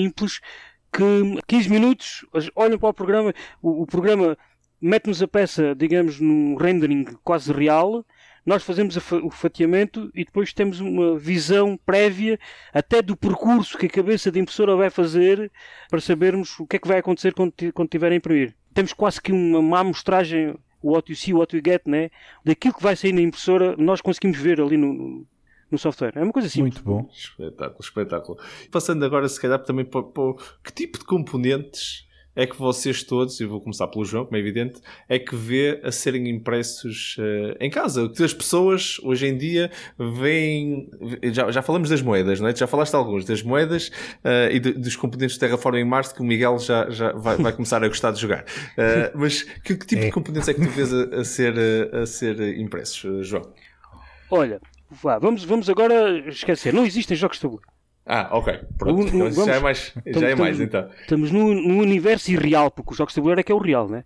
que 15 minutos, olham para o programa, o programa mete-nos a peça, digamos, num rendering quase real, nós fazemos o fatiamento e depois temos uma visão prévia até do percurso que a cabeça da impressora vai fazer para sabermos o que é que vai acontecer quando estiver a imprimir. Temos quase que uma amostragem, o what you see, what you get, né? Daquilo que vai sair na impressora, nós conseguimos ver ali no software. É uma coisa simples. Muito bom. Espetáculo. Passando agora, se calhar, também para que tipo de componentes é que vocês todos, e vou começar pelo João, como é evidente, é que vê a serem impressos em casa. Que as pessoas, hoje em dia, veem... Já falamos das moedas, não é? Já falaste de alguns, das moedas e dos componentes de Terraforming Mars, que o Miguel já vai começar a gostar de jogar. Mas que tipo de componentes é que tu vês a ser impressos, João? Olha, vamos agora esquecer. Não existem jogos de tabuleiro. Ok. Pronto. Já é mais, então. Estamos num universo irreal, porque os jogos de tabuleiro é que é o real, né?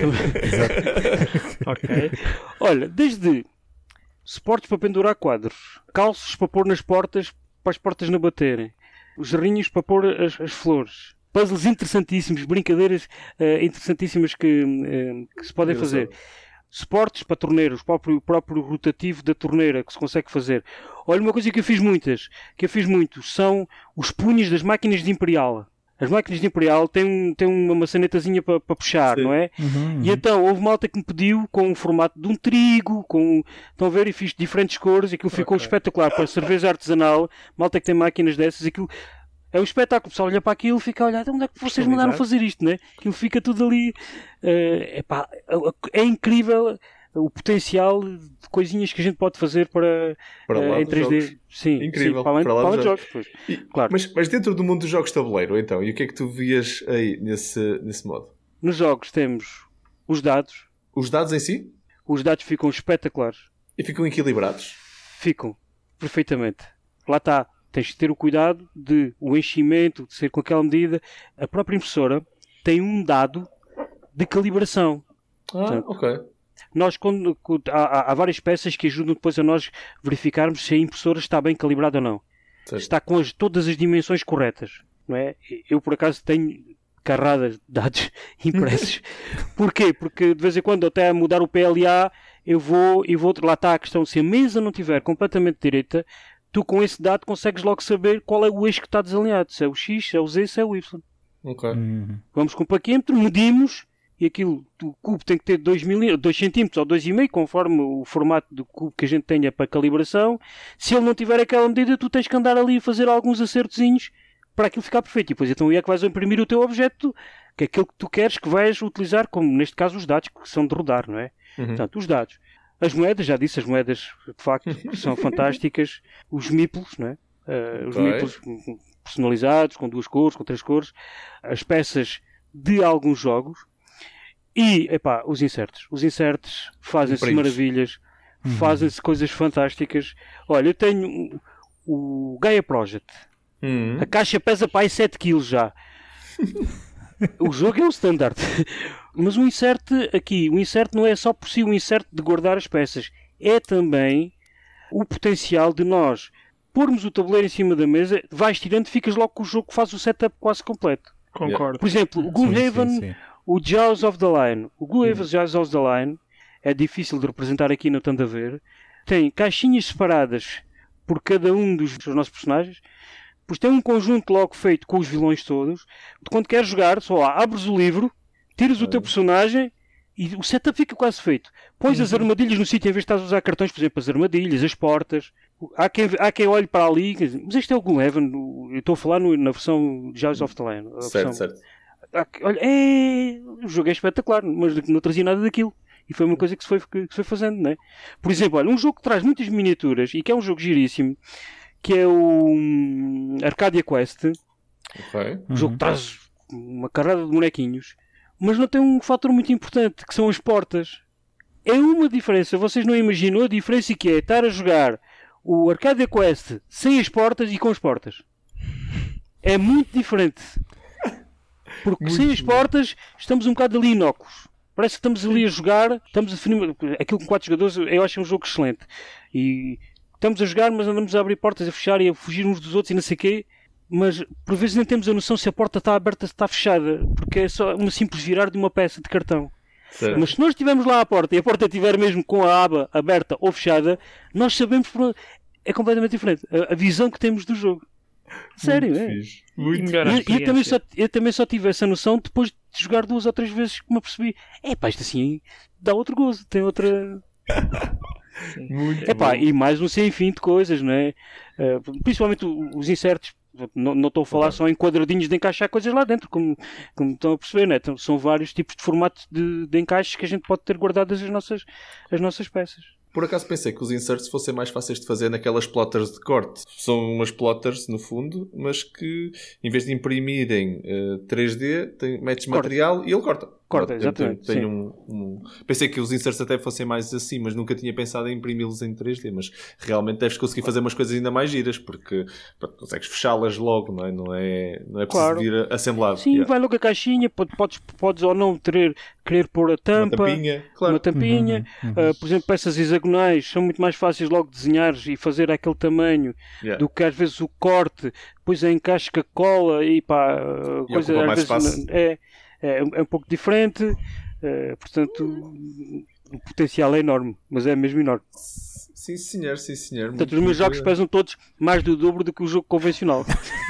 Ok. Olha, desde suportes para pendurar quadros, calços para pôr nas portas, para as portas não baterem, os jarrinhos para pôr as flores, puzzles interessantíssimos, brincadeiras interessantíssimas que se podem fazer. Suportes para torneiras, o próprio rotativo da torneira que se consegue fazer. Olha, uma coisa que eu fiz muito, são os punhos das máquinas de Imperial. As máquinas de Imperial têm uma maçanetazinha para puxar, sim, não é? E então, houve malta que me pediu com o formato de um trigo, estão a ver, e fiz diferentes cores, aquilo ficou espetacular para cerveja artesanal. Malta que tem máquinas dessas, aquilo... É um espetáculo, o pessoal olha para aquilo e fica a olhar, onde é que vocês mandaram fazer isto, né? Aquilo fica tudo ali. É incrível o potencial de coisinhas que a gente pode fazer para em 3D. Jogos. Sim, incrível. Para além de jogos. Pois. Claro. Mas dentro do mundo dos jogos de tabuleiro, então, e o que é que tu vias aí nesse modo? Nos jogos temos os dados. Os dados em si? Os dados ficam espetaculares. E ficam equilibrados? Ficam, perfeitamente. Lá está. Tens de ter o cuidado de o enchimento, de ser com aquela medida. A própria impressora tem um dado de calibração. Portanto, ok. Nós, há várias peças que ajudam depois a nós verificarmos se a impressora está bem calibrada ou não. Certo. Está com todas as dimensões corretas. Não é? Eu, por acaso, tenho carradas de dados impressos. Porquê? Porque de vez em quando, até a mudar o PLA, eu vou... Lá está a questão, se a mesa não estiver completamente direita, tu com esse dado consegues logo saber qual é o eixo que está desalinhado. Se é o X, se é o Z, se é o Y. Ok. Vamos com o paquímetro, medimos e aquilo, o cubo tem que ter 2 cm ou 2,5, conforme o formato do cubo que a gente tenha para calibração. Se ele não tiver aquela medida, tu tens que andar ali a fazer alguns acertozinhos para aquilo ficar perfeito. E depois então é que vais imprimir o teu objeto, que é aquilo que tu queres que vais utilizar, como neste caso os dados, que são de rodar, não é? Portanto, os dados. As moedas, já disse, as moedas de facto são fantásticas. Os meeples, não é? Os meeples personalizados, com 2 cores, com 3 cores. As peças de alguns jogos. E, os insertos. Os insertos fazem-se maravilhas, fazem-se coisas fantásticas. Olha, eu tenho o Gaia Project. A caixa pesa para aí 7 kg já. O jogo é um standard. Mas o insert não é só por si o insert de guardar as peças. É também o potencial de nós pormos o tabuleiro em cima da mesa, vais tirando e ficas logo com o jogo que faz o setup quase completo. Concordo. Por exemplo, o Gloomhaven, o Jaws of the Line. O Gloomhaven Jaws of the Line é difícil de representar aqui, não tanto a ver. Tem caixinhas separadas por cada um dos nossos personagens. Depois tem um conjunto logo feito com os vilões todos. Quando queres jogar, só abres o livro, tiras o teu personagem e o setup fica quase feito. Pões as armadilhas no sítio em vez de estás a usar cartões, por exemplo, as armadilhas, as portas. Há quem olhe para ali, mas este é o Gloomhaven. Eu estou a falar na versão Jaws of the Line. Certo. Olha, o jogo é espetacular, mas não trazia nada daquilo. E foi uma coisa que se foi fazendo, não é? Por exemplo, olha, um jogo que traz muitas miniaturas e que é um jogo giríssimo, que é o Arcadia Quest. Um jogo que traz uma carrada de bonequinhos, mas não tem um fator muito importante, que são as portas. É uma diferença, vocês não imaginam a diferença que é estar a jogar o Arcadia Quest sem as portas e com as portas. É muito diferente. Porque muito sem as portas estamos um bocado ali inóculos. Parece que estamos ali a jogar, estamos a definir aquilo com 4 jogadores. Eu acho um jogo excelente. E estamos a jogar, mas andamos a abrir portas, a fechar e a fugir uns dos outros e não sei o quê. Mas por vezes nem temos a noção se a porta está aberta ou se está fechada, porque é só uma simples virar de uma peça de cartão. Certo. Mas se nós estivermos lá à porta e a porta estiver mesmo com a aba aberta ou fechada, nós sabemos por onde... É completamente diferente. A visão que temos do jogo. Sério, Muito é? fixe. Muito melhor a E experiência. eu também só tive essa noção depois de jogar 2 ou 3 vezes que me apercebi. Isto assim dá outro gozo, tem outra... Muito E mais um sem fim de coisas, não é? Principalmente os insertos. Não estou a falar só em quadradinhos de encaixar coisas lá dentro, como estão a perceber, não é? Então, são vários tipos de formatos de encaixes que a gente pode ter guardadas as nossas peças. Por acaso pensei que os inserts fossem mais fáceis de fazer naquelas plotters de corte. São umas plotters, no fundo, mas que em vez de imprimirem 3D, metes material e ele corta. Corta, exatamente. Tem Pensei que os inserts até fossem mais assim, mas nunca tinha pensado em imprimi-los em 3D. Mas realmente deves conseguir fazer umas coisas ainda mais giras, porque consegues fechá-las logo, não é? Não é preciso vir assemblado. Sim, vai logo a caixinha, podes ou não querer pôr a tampa, uma tampinha. Por exemplo, peças hexagonais são muito mais fáceis logo de desenhar e fazer aquele tamanho do que às vezes o corte, depois a encaixe com a cola e coisa às vezes é um pouco diferente, portanto o potencial é enorme, mas é mesmo enorme. Sim, senhor. Portanto, os meus jogos pesam todos mais do dobro do que o jogo convencional.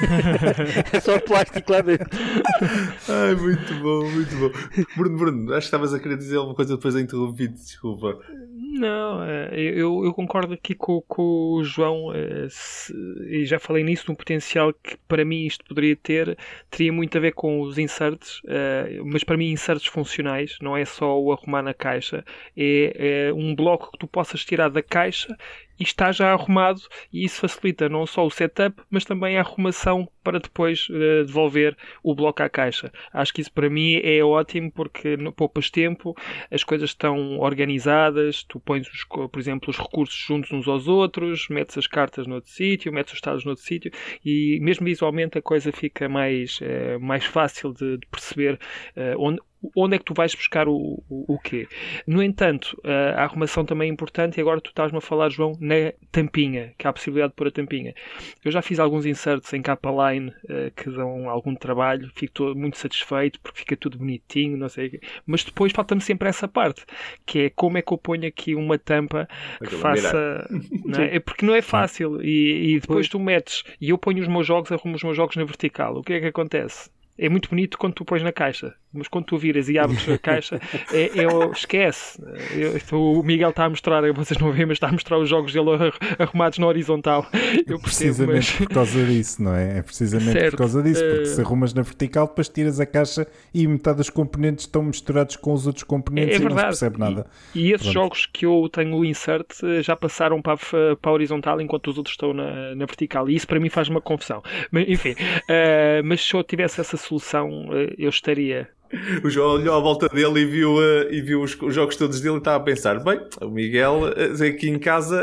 É só plástico lá dentro. Ai, muito bom. Bruno, acho que estavas a querer dizer alguma coisa depois de interrompido, desculpa. Não, eu concordo aqui com o João, e já falei nisso, de um potencial que para mim isto teria muito a ver com os inserts, mas para mim inserts funcionais, não é só o arrumar na caixa, é um bloco que tu possas tirar da caixa e está já arrumado, e isso facilita não só o setup, mas também a arrumação para depois devolver o bloco à caixa. Acho que isso para mim é ótimo, porque poupas tempo, as coisas estão organizadas, tu pões, por exemplo, os recursos juntos uns aos outros, metes as cartas noutro sítio, metes os estados noutro sítio, e mesmo visualmente a coisa fica mais fácil de perceber onde é que tu vais buscar o quê. No entanto, a arrumação também é importante, e agora tu estás-me a falar, João, na tampinha, que há a possibilidade de pôr a tampinha. Eu já fiz alguns inserts em capa line que dão algum trabalho, fico muito satisfeito porque fica tudo bonitinho, não sei o quê. Mas depois falta-me sempre essa parte, que é como é que eu ponho aqui uma tampa que faça... Não é? Porque não é fácil, e depois tu metes, e eu ponho os meus jogos, arrumo os meus jogos na vertical. O que é que acontece? É muito bonito quando tu pões na caixa, mas quando tu viras e abres a caixa, esquece. O Miguel está a mostrar, vocês não veem, mas está a mostrar os jogos dele arrumados na horizontal. Precisamente por causa disso, não é? É precisamente por causa disso, porque se arrumas na vertical, depois tiras a caixa e metade dos componentes estão misturados com os outros componentes e não se percebe nada. E esses jogos que eu tenho o insert já passaram para a horizontal enquanto os outros estão na vertical, e isso para mim faz uma confusão. Mas, enfim, mas se eu tivesse essa solução, eu estaria... O João olhou à volta dele e viu os jogos todos dele e estava a pensar, bem, o Miguel aqui em casa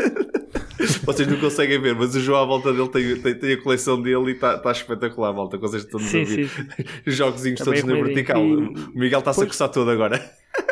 vocês não conseguem ver, mas o João à volta dele tem a coleção dele e está espetacular, volta, vocês estão a ver os jogozinhos todos na vertical. O Miguel está-se a coçar todo agora.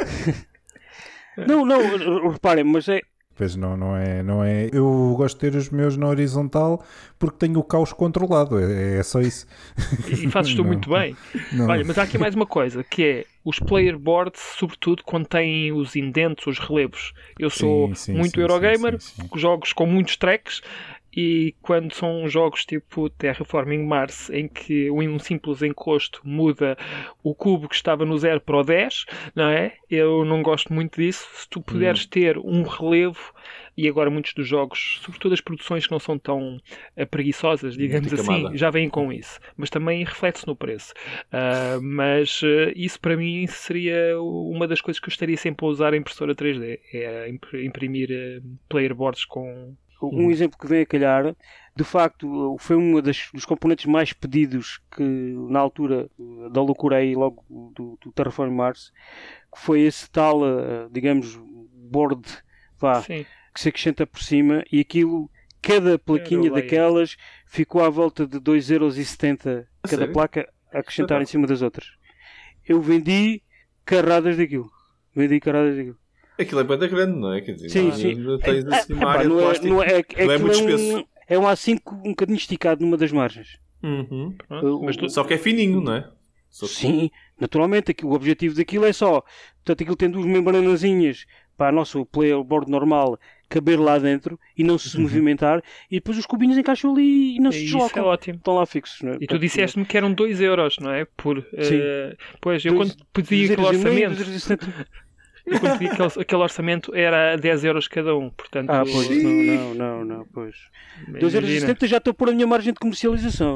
Não, reparem, mas é... Pois não é. Eu gosto de ter os meus na horizontal porque tenho o caos controlado. É só isso. E fazes tu muito bem. Olha, mas há aqui mais uma coisa, que é os player boards, sobretudo quando têm os indentes, os relevos. Eu sou muito Eurogamer, jogos com muitos tracks. E quando são jogos tipo Terraforming Mars, em que um simples encosto muda o cubo que estava no 0 para o 10, não é? Eu não gosto muito disso. Se tu puderes ter um relevo, e agora muitos dos jogos, sobretudo as produções que não são tão preguiçosas, digamos assim, já vêm com isso. Mas também reflete-se no preço. Mas isso para mim seria uma das coisas que eu estaria sempre a usar a impressora 3D. É imprimir player boards com... Um exemplo que vem a calhar, de facto, foi um dos componentes mais pedidos que na altura da loucura aí logo do Terraform Mars, que foi esse tal, digamos, board que se acrescenta por cima, e aquilo, cada plaquinha daquelas ficou à volta de 2,70€ cada placa a acrescentar em cima das outras. Eu vendi carradas daquilo. Aquilo é bem grande, não é? Quer dizer, sim. Tens assim uma área de plástico. Não é muito espesso. É um A5 um bocadinho esticado numa das margens. Mas só que é fininho, não é? Sim, Naturalmente, o objetivo daquilo é só, portanto, aquilo tem 2 membranazinhas para o nosso player board normal caber lá dentro e não se movimentar, e depois os cubinhos encaixam ali e não se deslocam. Isso é ótimo. Estão lá fixos. Não é? E tu disseste-me que eram 2€, não é? Pois, eu quando pedi aquele orçamento... Eu quando pedi aquele orçamento era 10€ cada um, portanto... Pois, não, pois. 2,70€ já estou a pôr a minha margem de comercialização.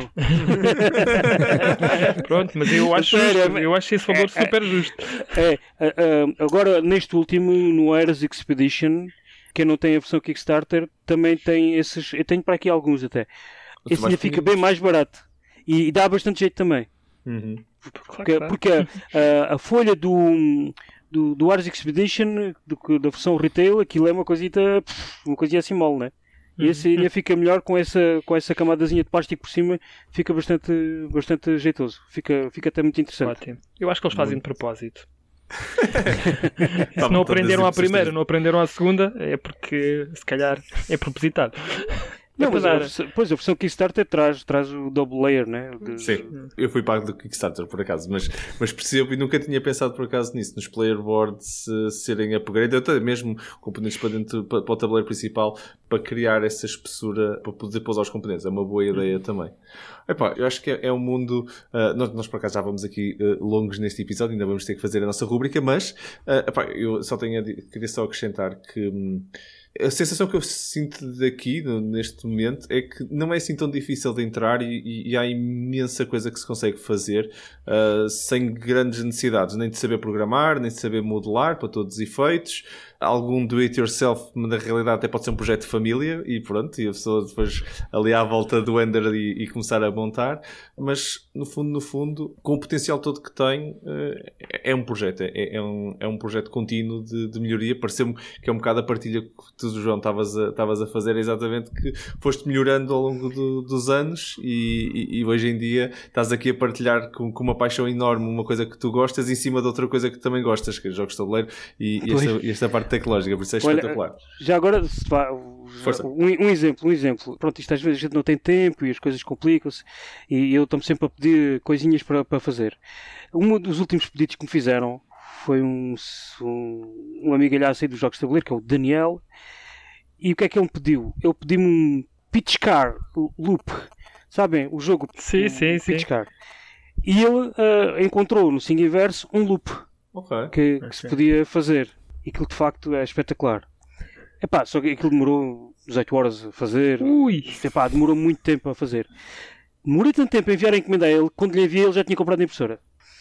Pronto, mas eu acho esse valor super justo. Agora, neste último, no Ares Expedition, quem não tem a versão Kickstarter, também tem esses... Eu tenho para aqui alguns até. Esse ainda fica bem mais barato. E dá bastante jeito também. Uhum. Porque a folha do Ares Expedition, da versão retail, aquilo é uma coisinha assim mole, né? E esse ainda fica melhor com essa camadazinha de plástico por cima, fica bastante jeitoso. Fica até muito interessante. Ótimo. Eu acho que eles fazem de propósito. Se não aprenderam à primeira, não aprenderam à segunda, é porque se calhar é propositado. Não, mas a versão Kickstarter traz o double layer, né? Sim, eu fui pago do Kickstarter por acaso, mas percebo e nunca tinha pensado por acaso nisso, nos player boards serem upgrade, até mesmo componentes para dentro, para o tabuleiro principal, para criar essa espessura, para poder pousar os componentes. É uma boa ideia também. Epá, eu acho que é um mundo... nós por acaso já vamos aqui longos neste episódio, ainda vamos ter que fazer a nossa rúbrica, mas eu só queria só acrescentar que... a sensação que eu sinto daqui, neste momento, é que não é assim tão difícil de entrar e há imensa coisa que se consegue fazer sem grandes necessidades, nem de saber programar, nem de saber modelar para todos os efeitos. Algum do-it-yourself, na realidade até pode ser um projeto de família e pronto, e a pessoa depois ali à volta do Ender e começar a montar, mas no fundo, com o potencial todo que tem, é um projeto, é um projeto contínuo de melhoria. Pareceu-me que é um bocado a partilha que tu, João, estavas a fazer, exatamente, que foste melhorando ao longo dos anos e hoje em dia estás aqui a partilhar com uma paixão enorme uma coisa que tu gostas em cima de outra coisa que também gostas, que é jogos de tabuleiro e esta parte tecnológica, por isso é espetacular. Já agora, um exemplo. Pronto, isto às vezes a gente não tem tempo e as coisas complicam-se e eu estou-me sempre a pedir coisinhas para fazer. Um dos últimos pedidos que me fizeram foi um amigalhaço aí dos jogos de tabuleiro, que é o Daniel, e o que é que ele me pediu? Ele pediu-me um Pitch Car Loop, sabem? O jogo Pitch Car. E ele encontrou no Thingiverse um loop que se podia fazer. E aquilo de facto é espetacular. Só que aquilo demorou 18 horas a fazer. Demorou muito tempo a fazer. Demorei tanto tempo a enviar a encomenda a ele, quando lhe enviei ele já tinha comprado a impressora.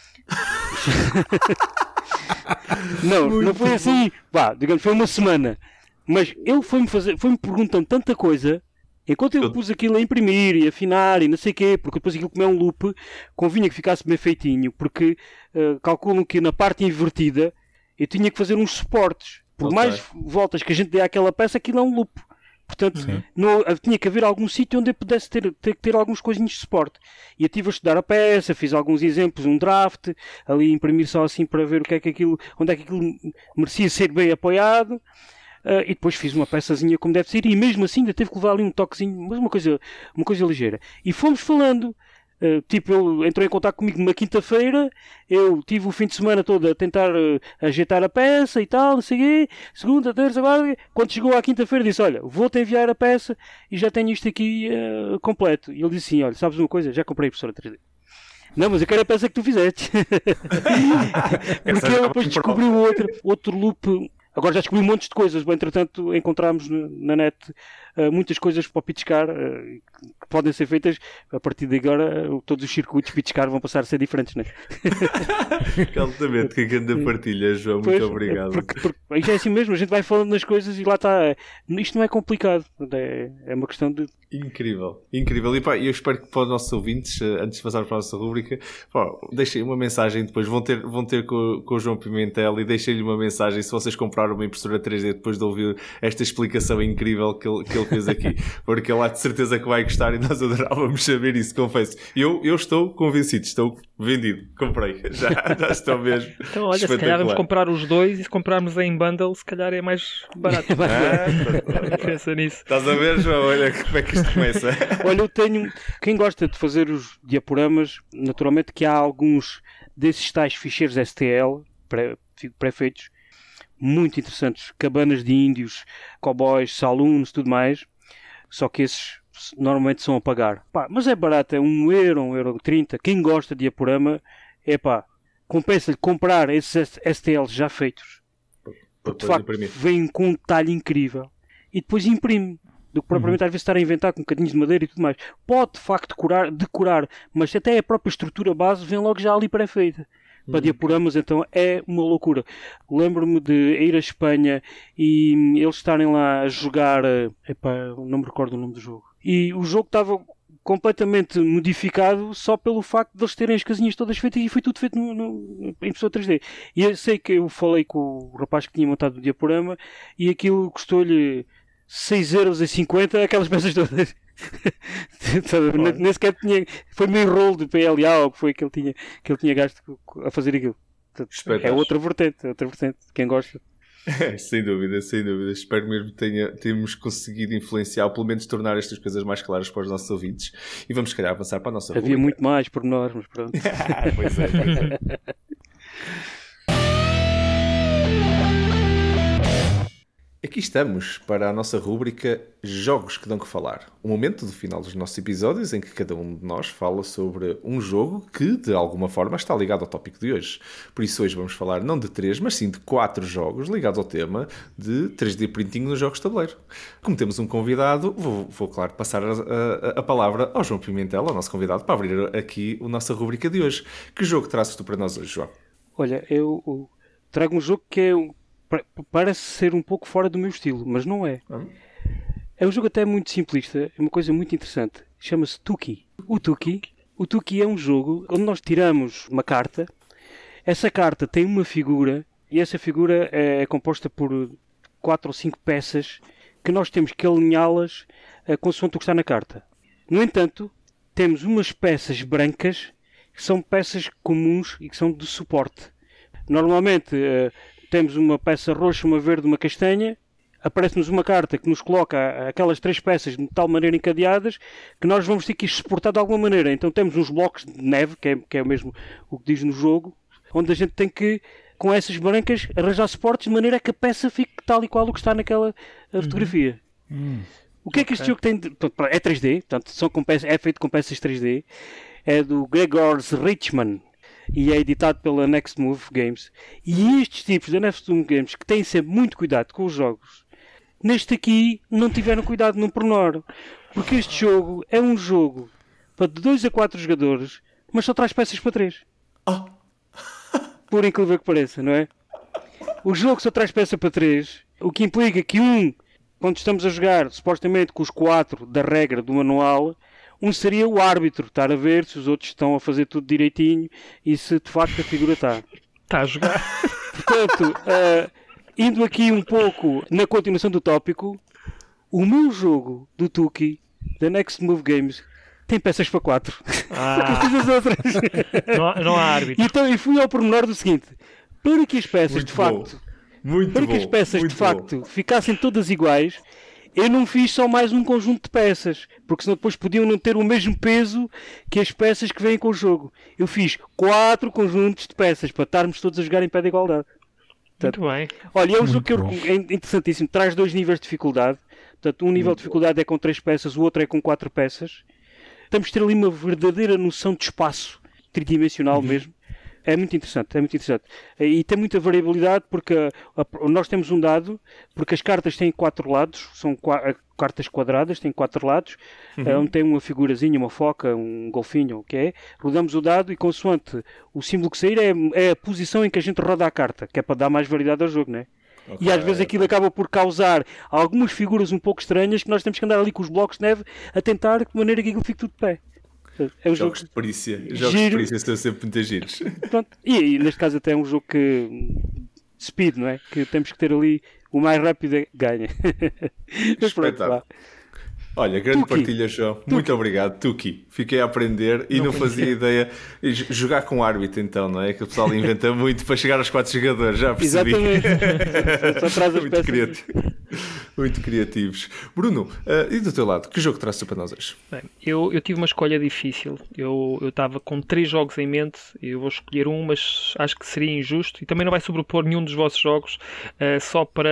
Não foi assim. Digamos, foi uma semana. Mas ele foi-me perguntando tanta coisa, enquanto eu pus aquilo a imprimir e afinar e não sei o quê, porque depois aquilo como é um loop, convinha que ficasse bem feitinho, porque calculam que na parte invertida eu tinha que fazer uns suportes. Por mais voltas que a gente dê àquela peça, aquilo é um loop. Portanto, tinha que haver algum sítio onde eu pudesse ter alguns coisinhos de suporte. E eu estive a estudar a peça, fiz alguns exemplos, um draft, ali imprimir só assim para ver onde é que aquilo merecia ser bem apoiado. E depois fiz uma peçazinha como deve ser, e mesmo assim ainda teve que levar ali um toquezinho, mas uma coisa ligeira. E fomos falando. Ele entrou em contato comigo numa quinta-feira, eu tive o fim de semana todo a tentar ajeitar a peça e tal, não sei o quê, segunda, terça, quarta, quando chegou à quinta-feira disse, olha, vou-te enviar a peça e já tenho isto aqui completo. E ele disse assim, olha, sabes uma coisa, já comprei a impressora 3D. Não, mas eu quero a peça que tu fizeste. Porque ele depois descobriu outro loop. Agora já descobri um monte de coisas. Entretanto, encontramos na net muitas coisas para o Pitch Car que podem ser feitas. A partir de agora, todos os circuitos Pitch Car vão passar a ser diferentes, não é? Altamente, que grande partilha, João. Muito obrigado. Porque é assim mesmo, a gente vai falando nas coisas e lá está. Isto não é complicado. É uma questão de... Incrível. E eu espero que para os nossos ouvintes, antes de passar para a nossa rúbrica, deixem uma mensagem depois. Vão ter com o João Pimentel e deixem-lhe uma mensagem se vocês compraram uma impressora 3D depois de ouvir esta explicação incrível que ele fez aqui. Porque ele há de certeza que vai gostar e nós adorávamos saber isso, confesso. Eu estou convencido, estou vendido. Comprei. Já estou mesmo. Então, olha, se calhar vamos comprar os dois e se comprarmos em bundle, se calhar é mais barato. Pensa nisso. Estás a ver, João? Olha como é que isto começa. Olha, eu tenho... Quem gosta de fazer os diaporamas, naturalmente que há alguns desses tais ficheiros STL pré-feitos, muito interessantes, cabanas de índios, cowboys, saloons, tudo mais, só que esses normalmente são a pagar. Pá, mas é barato, é €1, €1,30. Quem gosta de Diaporama, compensa-lhe comprar esses STLs já feitos, porque de facto vem com um detalhe incrível, e depois imprime, do que propriamente às vezes estar a inventar com bocadinhos de madeira e tudo mais. Pode de facto decorar, mas até a própria estrutura base vem logo já ali pré-feita. Para Diaporamas, então é uma loucura. Lembro-me de ir à Espanha e eles estarem lá a jogar, não me recordo o nome do jogo, e o jogo estava completamente modificado só pelo facto de eles terem as casinhas todas feitas, e foi tudo feito em impressora 3D. E eu sei que eu falei com o rapaz que tinha montado o Diaporama e aquilo custou-lhe €6,50, aquelas peças todas. Nem sequer tinha. Foi meio rolo de PLA ou que foi que ele tinha gasto a fazer aquilo. É outra vertente. Quem gosta. Sem dúvida. Espero mesmo que tenhamos conseguido influenciar, ou pelo menos tornar estas coisas mais claras para os nossos ouvintes. E vamos, se calhar, avançar para a nossa rubrica. Havia muito mais pormenores, mas pronto. Pois é. Aqui estamos para a nossa rúbrica Jogos que dão que falar. Um momento do final dos nossos episódios em que cada um de nós fala sobre um jogo que, de alguma forma, está ligado ao tópico de hoje. Por isso, hoje vamos falar não de 3, mas sim de 4 jogos ligados ao tema de 3D printing nos jogos de tabuleiro. Como temos um convidado, vou claro, passar a palavra ao João Pimentel, ao nosso convidado, para abrir aqui a nossa rúbrica de hoje. Que jogo trazes tu para nós hoje, João? Olha, eu trago um jogo que parece ser um pouco fora do meu estilo, mas não é. É um jogo até muito simplista, é uma coisa muito interessante. Chama-se Tuki. O Tuki é um jogo onde nós tiramos uma carta. Essa carta tem uma figura e essa figura é composta por 4 ou 5 peças que nós temos que alinhá-las consoante o que está na carta. No entanto, temos umas peças brancas que são peças comuns e que são de suporte. Normalmente temos uma peça roxa, uma verde, uma castanha. Aparece-nos uma carta que nos coloca aquelas 3 peças de tal maneira encadeadas que nós vamos ter que suportar de alguma maneira. Então temos uns blocos de neve, que é mesmo o que diz no jogo, onde a gente tem que, com essas brancas, arranjar suportes de maneira a que a peça fique tal e qual o que está naquela fotografia. O que é que este jogo tem? É 3D, portanto, é feito com peças 3D. É do Gregors Richman e é editado pela Next Move Games. E estes tipos da Next Move Games, que têm sempre muito cuidado com os jogos, neste aqui não tiveram cuidado no pormenor, porque este jogo é um jogo para de 2 a 4 jogadores, mas só traz peças para 3. Por incrível que pareça, não é? O jogo só traz peça para 3, o que implica que quando estamos a jogar supostamente com os 4 da regra do manual, seria o árbitro, estar a ver se os outros estão a fazer tudo direitinho e se de facto a figura está a jogar. Portanto, indo aqui um pouco na continuação do tópico, o meu jogo do Tuki, da Next Move Games, tem peças para 4. As outras. Não há árbitro. Então eu fui ao pormenor do seguinte: para que as peças de facto ficassem todas iguais, eu não fiz só mais um conjunto de peças, porque senão depois podiam não ter o mesmo peso que as peças que vêm com o jogo. Eu fiz 4 conjuntos de peças para estarmos todos a jogar em pé de igualdade. Muito bem. Olha, é um jogo que é interessantíssimo. Traz 2 níveis de dificuldade. Portanto, um nível de dificuldade é com 3 peças, o outro é com 4 peças. Temos de ter ali uma verdadeira noção de espaço tridimensional mesmo. É muito interessante. E tem muita variabilidade porque nós temos um dado, porque as cartas têm 4 lados, são cartas quadradas, têm 4 lados, onde tem uma figurazinha, uma foca, um golfinho, o que é. Rodamos o dado e consoante o símbolo que sair é a posição em que a gente roda a carta, que é para dar mais variedade ao jogo, não é? Okay, e às vezes aquilo acaba por causar algumas figuras um pouco estranhas que nós temos que andar ali com os blocos de neve a tentar de maneira que aquilo fique tudo de pé. É um jogos de perícia. Jogos de perícia são sempre muito giros. Pronto. E neste caso até é um jogo que speed, não é? Que temos que ter ali o mais rápido ganha. Mas pronto, lá. Olha, grande partilha, João. Muito obrigado, Tuki. Fiquei a aprender e não fazia ideia. Jogar com árbitro, então, não é? Que o pessoal inventa muito para chegar aos 4 jogadores, já percebi. Exatamente. Só traz as muito peças. criativo. Muito criativos. Bruno, e do teu lado, que jogo traz para nós hoje? Bem, eu tive uma escolha difícil. Eu estava com 3 jogos em mente. Eu vou escolher um, mas acho que seria injusto. E também não vai sobrepor nenhum dos vossos jogos, só para...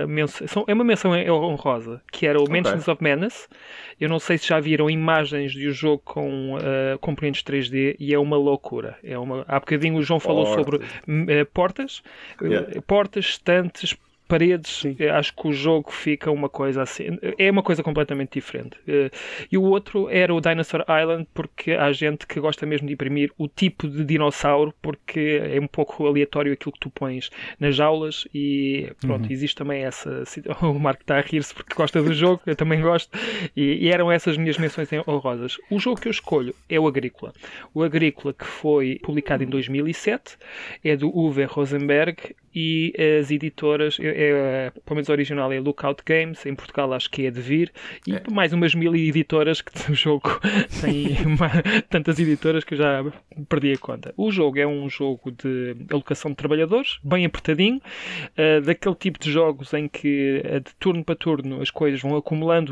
É uma menção honrosa, que era o Mansions of Madness. Eu não sei se já viram imagens do jogo com componentes 3D e é uma loucura. Há bocadinho o João falou sobre portas. Portas, estantes, paredes. Acho que o jogo fica uma coisa assim, é uma coisa completamente diferente. E o outro era o Dinosaur Island, porque há gente que gosta mesmo de imprimir o tipo de dinossauro, porque é um pouco aleatório aquilo que tu pões nas jaulas e pronto, existe também essa... O Marco está a rir-se porque gosta do jogo, eu também gosto, e eram essas minhas menções honrosas. O jogo que eu escolho é o Agrícola. O Agrícola, que foi publicado em 2007, é do Uwe Rosenberg, e as editoras, pelo menos a original é Lookout Games, em Portugal acho que é Devir, e mais umas 1000 editoras, que o jogo tem tantas editoras que eu já perdi a conta. O jogo é um jogo de alocação de trabalhadores, bem apertadinho, daquele tipo de jogos em que de turno para turno as coisas vão acumulando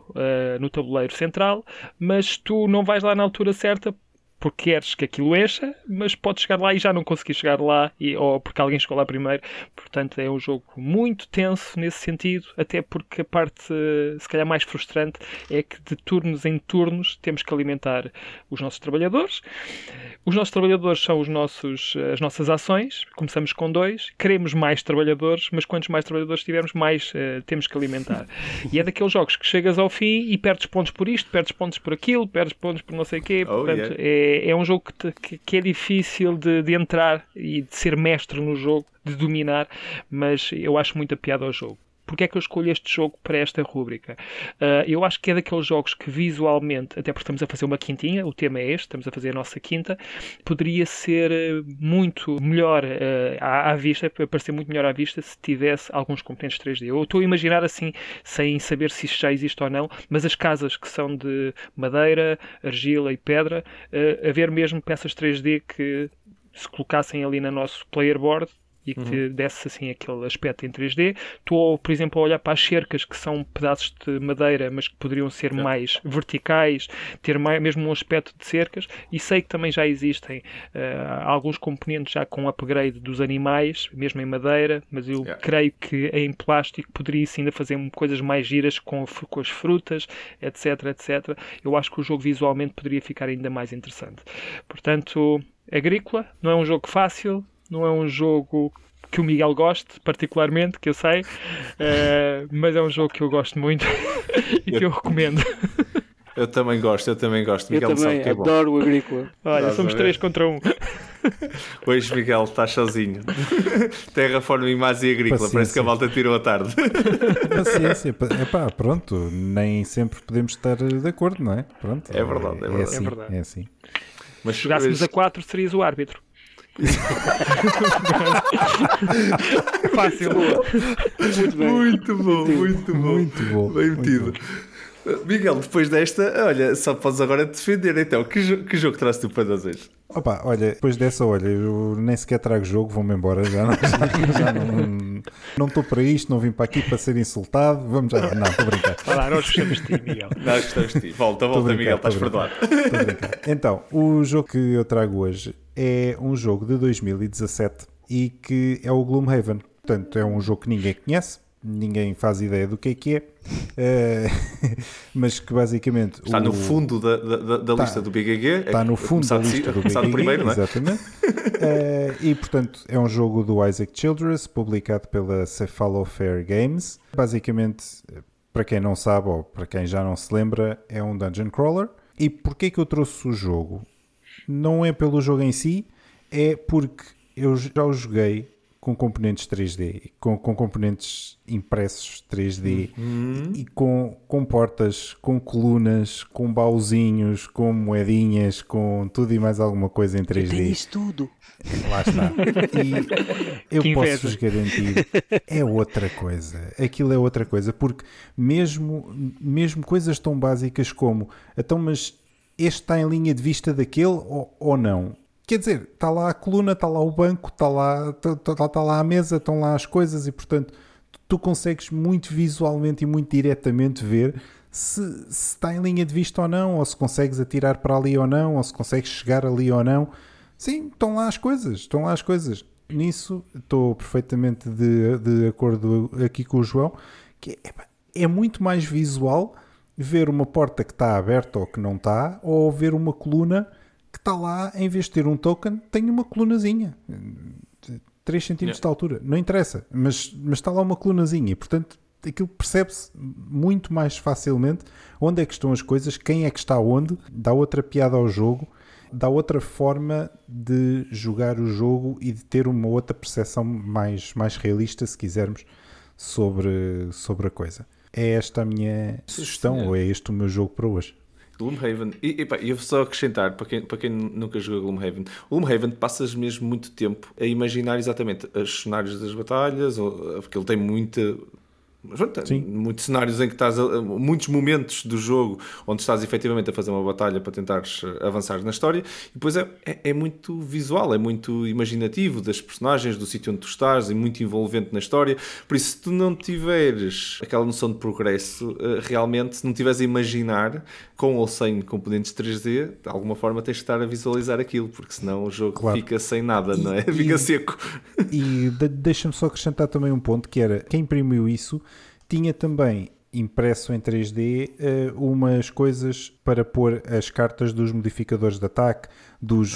no tabuleiro central, mas tu não vais lá na altura certa, porque queres que aquilo encha, mas podes chegar lá e já não conseguir chegar lá, ou porque alguém chegou lá primeiro. Portanto, é um jogo muito tenso nesse sentido, até porque a parte, se calhar, mais frustrante é que de turnos em turnos temos que alimentar os nossos trabalhadores. Os nossos trabalhadores são as nossas ações. Começamos com 2, queremos mais trabalhadores, mas quantos mais trabalhadores tivermos, mais temos que alimentar. E é daqueles jogos que chegas ao fim e perdes pontos por isto, perdes pontos por aquilo, perdes pontos por não sei o quê. Portanto, é um jogo que é difícil de entrar e de ser mestre no jogo, de dominar, mas eu acho muita piada ao jogo. Porquê é que eu escolho este jogo para esta rúbrica? Eu acho que é daqueles jogos que visualmente, até porque estamos a fazer uma quintinha, o tema é este, estamos a fazer a nossa quinta, poderia ser muito melhor à vista, parecer muito melhor à vista se tivesse alguns componentes 3D. Eu estou a imaginar assim, sem saber se isto já existe ou não, mas as casas que são de madeira, argila e pedra, haver mesmo peças 3D que se colocassem ali no nosso player board e que desse assim aquele aspecto em 3D. Estou, por exemplo, a olhar para as cercas, que são pedaços de madeira, mas que poderiam ser mais verticais, ter mesmo um aspecto de cercas, e sei que também já existem alguns componentes já com upgrade dos animais, mesmo em madeira, mas eu creio que em plástico poderia-se ainda fazer coisas mais giras com as frutas, etc, etc. Eu acho que o jogo visualmente poderia ficar ainda mais interessante. Portanto, Agrícola não é um jogo fácil, não é um jogo que o Miguel goste particularmente, que eu sei, mas é um jogo que eu gosto muito e que eu recomendo. Eu também gosto. Miguel, eu também adoro o Agrícola. Olha, somos 3 contra 1. Hoje, Miguel, estás sozinho. Terraform, Imaz e Agrícola. Paciência. Parece que a malta tirou a tarde. Paciência. Epá, pronto, nem sempre podemos estar de acordo, não é? Pronto, é verdade. É assim. Mas se jogássemos a 4, serias o árbitro. Fácil. Muito bom. Bem metido. Miguel, depois desta, olha, só podes agora defender. Então, que jogo traz tu para nós hoje? Opa, olha, depois dessa, eu nem sequer trago jogo, vou-me embora, já não estou para isto, não vim para aqui para ser insultado, vamos já, não, estou a brincar. Olá, nós gostamos de ti, Miguel. Nós gostamos de ti. Volta, Miguel, estás perdoado. Então, o jogo que eu trago hoje é um jogo de 2017 e que é o Gloomhaven. Portanto, é um jogo que ninguém conhece, ninguém faz ideia do que é, mas que basicamente... Está no fundo da lista do BGG. Está no fundo da lista do BGG, primeiro, não é? Exatamente. E, portanto, é um jogo do Isaac Childress, publicado pela Cephalofair Games. Basicamente, para quem não sabe, ou para quem já não se lembra, é um dungeon crawler. E porquê que eu trouxe o jogo? Não é pelo jogo em si, é porque eu já o joguei com componentes 3D, com componentes impressos 3D e com portas, com colunas, com baúzinhos, com moedinhas, com tudo e mais alguma coisa em 3D. Eu tenho isso tudo. Lá está. E eu posso-vos garantir, é outra coisa. Aquilo é outra coisa, porque mesmo coisas tão básicas como, então, mas este está em linha de vista daquele ou não? Quer dizer, está lá a coluna, está lá o banco, está lá a mesa, estão lá as coisas e, portanto, tu consegues muito visualmente e muito diretamente ver se está em linha de vista ou não, ou se consegues atirar para ali ou não, ou se consegues chegar ali ou não. Sim, estão lá as coisas. Nisso estou perfeitamente de acordo aqui com o João, que é muito mais visual ver uma porta que está aberta ou que não está, ou ver uma coluna que está lá, em vez de ter um token, tem uma colunazinha. 3 cm de altura. Não interessa, mas está lá uma colunazinha e, portanto, aquilo percebe-se muito mais facilmente onde é que estão as coisas, quem é que está onde, dá outra piada ao jogo, dá outra forma de jogar o jogo e de ter uma outra percepção mais realista, se quisermos, sobre a coisa. É esta a minha sugestão, ou é este o meu jogo para hoje? Gloomhaven, e eu vou só acrescentar para quem nunca jogou Gloomhaven, Gloomhaven passas mesmo muito tempo a imaginar exatamente os cenários das batalhas, porque ele tem muitos cenários em que estás muitos momentos do jogo onde estás efetivamente a fazer uma batalha para tentares avançar na história, e depois é muito visual, é muito imaginativo das personagens, do sítio onde tu estás, e muito envolvente na história. Por isso, se tu não tiveres aquela noção de progresso, realmente, se não tiveres a imaginar com ou sem componentes 3D, de alguma forma tens de estar a visualizar aquilo, porque senão o jogo fica sem nada, não é? Fica seco. E deixa-me só acrescentar também um ponto, que era, quem imprimiu isso tinha também impresso em 3D umas coisas para pôr as cartas dos modificadores de ataque, dos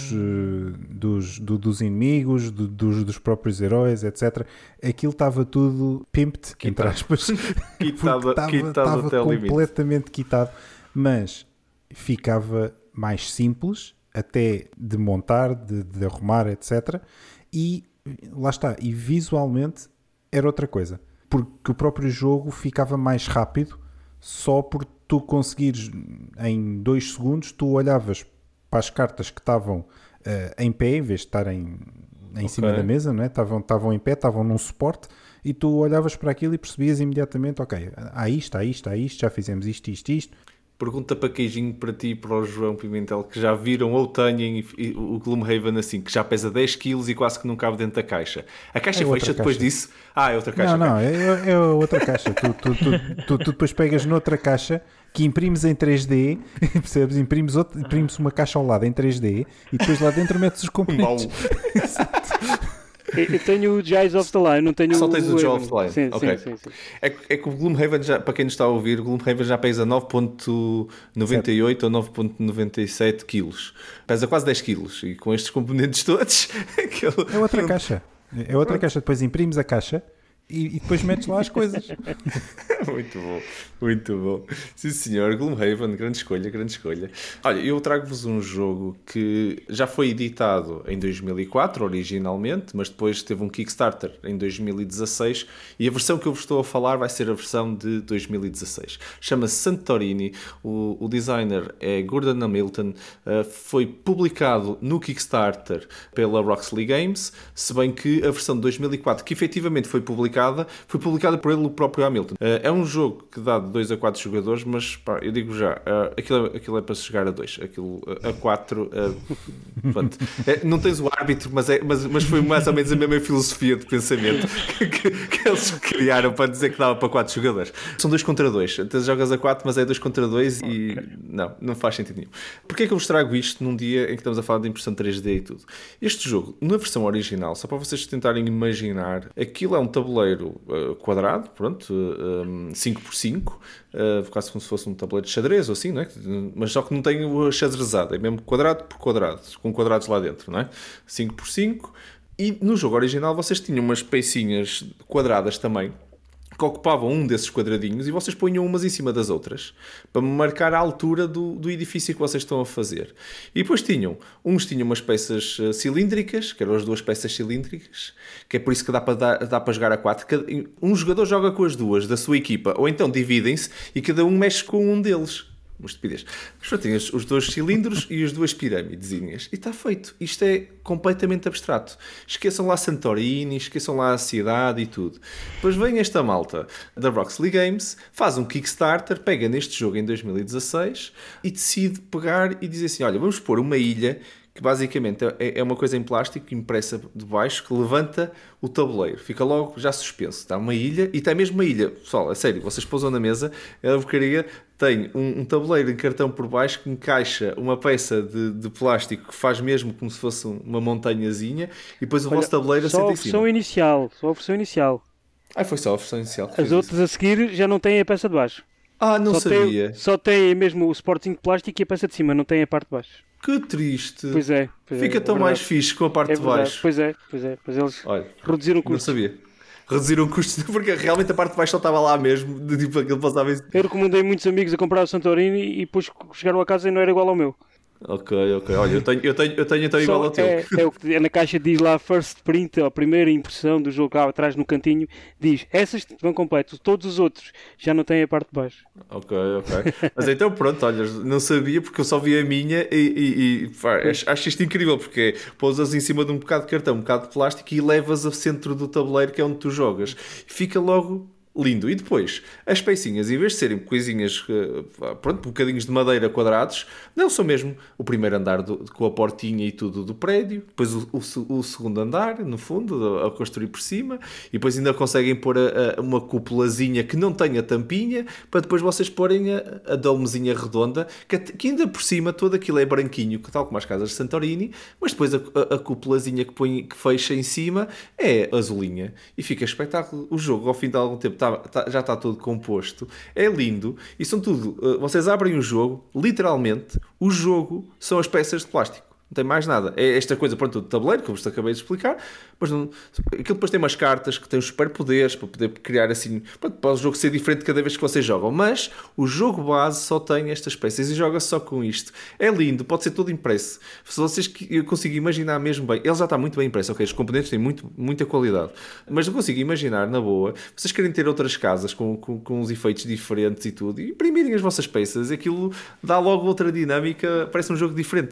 inimigos, dos próprios heróis, etc. Aquilo estava tudo pimped, entre aspas, estava completamente quitado, mas ficava mais simples até de montar, de arrumar, etc. E lá está, e visualmente era outra coisa, porque o próprio jogo ficava mais rápido só por tu conseguires em 2 segundos, tu olhavas para as cartas que estavam em pé, em vez de estarem em cima da mesa, não é? Estavam em pé, estavam num suporte, e tu olhavas para aquilo e percebias imediatamente, ok, há isto, já fizemos isto. Pergunta para queijinho para ti e para o João Pimentel, que já viram ou têm o Gloomhaven assim, que já pesa 10 kg e quase que não cabe dentro da caixa. A caixa fecha depois disso? É outra caixa. Não, é outra caixa. Tu depois pegas noutra caixa que imprimes em 3D, percebes? Imprimes uma caixa ao lado em 3D e depois lá dentro metes os componentes. Eu tenho o Jaws of the Line, não tenho Só tens o Jaws of the Line. Sim, okay. Sim. É que o Gloomhaven, para quem nos está a ouvir, o Gloomhaven já pesa 9.98 ou 9.97 kg. Pesa quase 10 kg. E com estes componentes todos... É outra caixa. É outra caixa. Depois imprimes a caixa e depois metes lá as coisas. Muito bom. Sim, senhor. Gloomhaven, grande escolha. Olha, eu trago-vos um jogo que já foi editado em 2004, originalmente, mas depois teve um Kickstarter em 2016, e a versão que eu vos estou a falar vai ser a versão de 2016. Chama-se Santorini, o designer é Gordon Hamilton, foi publicado no Kickstarter pela Roxley Games, se bem que a versão de 2004, que efetivamente foi publicada por ele, o próprio Hamilton. É um jogo que dá de 2 a 4 jogadores, mas eu digo já, aquilo é para se jogar a 2, aquilo a 4, pronto. Não tens o árbitro, mas foi mais ou menos a mesma filosofia de pensamento que eles criaram para dizer que dava para 4 jogadores. São 2 contra 2, tu jogas a 4, mas é 2 contra 2 e não faz sentido nenhum. Porquê é que eu vos trago isto num dia em que estamos a falar de impressão 3D e tudo? Este jogo, na versão original, só para vocês tentarem imaginar, aquilo é um tabuleiro quadrado, pronto, 5x5, quase como se fosse um tabuleiro de xadrez ou assim, não é? Mas só que não tem o xadrezado, é mesmo quadrado por quadrado, com quadrados lá dentro, não é? 5x5, e no jogo original vocês tinham umas pecinhas quadradas também, que ocupavam um desses quadradinhos, e vocês punham umas em cima das outras para marcar a altura do edifício que vocês estão a fazer. E depois uns tinham umas peças cilíndricas, que eram as 2 peças cilíndricas, que é por isso que dá para jogar a 4. Um jogador joga com as 2 da sua equipa, ou então dividem-se e cada um mexe com um deles. Uma estupidez. Mas só tem os 2 cilindros e as 2 pirâmidezinhas. E está feito. Isto é completamente abstrato. Esqueçam lá Santorini, esqueçam lá a cidade e tudo. Depois vem esta malta da Roxley Games, faz um Kickstarter, pega neste jogo em 2016 e decide pegar e dizer assim, olha, vamos pôr uma ilha que basicamente é uma coisa em plástico impressa de baixo que levanta o tabuleiro. Fica logo já suspenso. Está uma ilha, e está mesmo uma ilha. Pessoal, a sério, vocês pousam na mesa, a porcaria tem um tabuleiro em cartão por baixo que encaixa uma peça de plástico que faz mesmo como se fosse uma montanhazinha, e depois o vosso tabuleiro assenta em cima. Só a versão inicial. Foi só a versão inicial. As outras a seguir já não têm a peça de baixo. Não sabia. Só tem mesmo o suportezinho de plástico e a peça de cima, não tem a parte de baixo. Que triste. Pois é. Fica tão mais fixe com a parte de baixo. Pois é. Pois eles reduziram custos. Não sabia. Reduziram custos, porque realmente a parte de baixo só estava lá mesmo, de tipo aquilo passava isso. Eu recomendei muitos amigos a comprar o Santorini e depois chegaram a casa e não era igual ao meu. Ok. Olha, eu tenho então igual ao teu. É o que na caixa diz lá first print, a primeira impressão do jogo cá atrás no cantinho, diz, essas vão completo, todos os outros já não têm a parte de baixo. Ok. Mas então pronto, olha, não sabia porque eu só vi a minha e acho isto incrível, porque pousas em cima de um bocado de cartão, um bocado de plástico e levas ao centro do tabuleiro que é onde tu jogas. Fica logo lindo. E depois, as pecinhas, em vez de serem coisinhas, bocadinhos de madeira quadrados, não são mesmo o primeiro andar com a portinha e tudo do prédio, depois o segundo andar, no fundo, a construir por cima, e depois ainda conseguem pôr uma cúpulazinha que não tenha tampinha, para depois vocês porem a domezinha redonda, que ainda por cima todo aquilo é branquinho, tal como as casas de Santorini, mas depois a cúpulazinha que fecha em cima é azulinha, e fica espetáculo. O jogo, ao fim de algum tempo, já está todo composto, é lindo, e são tudo, vocês abrem o jogo, literalmente o jogo são as peças de plástico, não tem mais nada, é esta coisa, pronto, do tabuleiro que eu vos acabei de explicar, mas não, aquilo depois tem umas cartas que têm os superpoderes para poder criar assim, para o jogo ser diferente cada vez que vocês jogam, mas o jogo base só tem estas peças e joga-se só com isto. É lindo, pode ser todo impresso. Se vocês eu consigo imaginar mesmo bem, ele já está muito bem impresso, ok, os componentes têm muita qualidade, mas eu consigo imaginar na boa, vocês querem ter outras casas com uns efeitos diferentes e tudo, e imprimirem as vossas peças, aquilo dá logo outra dinâmica, parece um jogo diferente.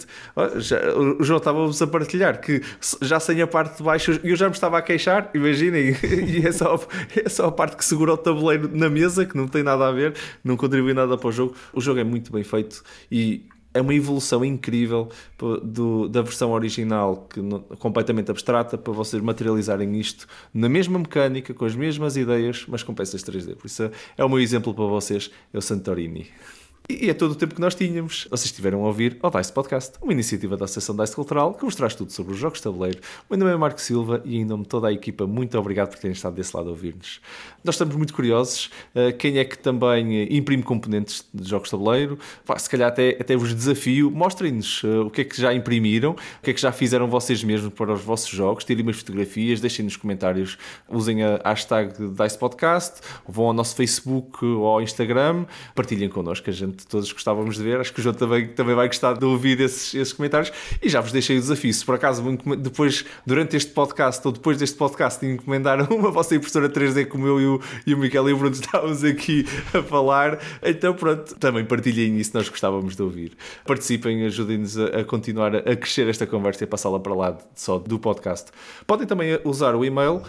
O João estava-vos a partilhar que já sem a parte de baixo eu já me estava a queixar, imaginem, e é só a parte que segura o tabuleiro na mesa, que não tem nada a ver, não contribui nada para o jogo. O jogo é muito bem feito e é uma evolução incrível da versão original, completamente abstrata, para vocês materializarem isto na mesma mecânica, com as mesmas ideias, mas com peças 3D. Por isso é o meu exemplo para vocês, é o Santorini. E é todo o tempo que nós tínhamos. Vocês estiveram a ouvir o DICE Podcast, uma iniciativa da Associação DICE Cultural que vos traz tudo sobre os jogos de tabuleiro. O meu nome é Marco Silva e em nome de toda a equipa, muito obrigado por terem estado desse lado a ouvir-nos. Nós estamos muito curiosos. Quem é que também imprime componentes de jogos de tabuleiro? Se calhar até vos desafio. Mostrem-nos o que é que já imprimiram, o que é que já fizeram vocês mesmos para os vossos jogos. Tirem umas fotografias, deixem nos comentários, usem a hashtag DICE Podcast, vão ao nosso Facebook ou ao Instagram, partilhem connosco, a gente todos gostávamos de ver. Acho que o João também vai gostar de ouvir esses comentários. E já vos deixei o desafio. Se por acaso depois, durante este podcast ou depois deste podcast, encomendaram uma vossa impressora 3D como eu e o Miquel e o Bruno estávamos aqui a falar, então pronto, também partilhem isso, nós gostávamos de ouvir. Participem, ajudem-nos a continuar a crescer esta conversa e a passá-la para lá só do podcast. Podem também usar o e-mail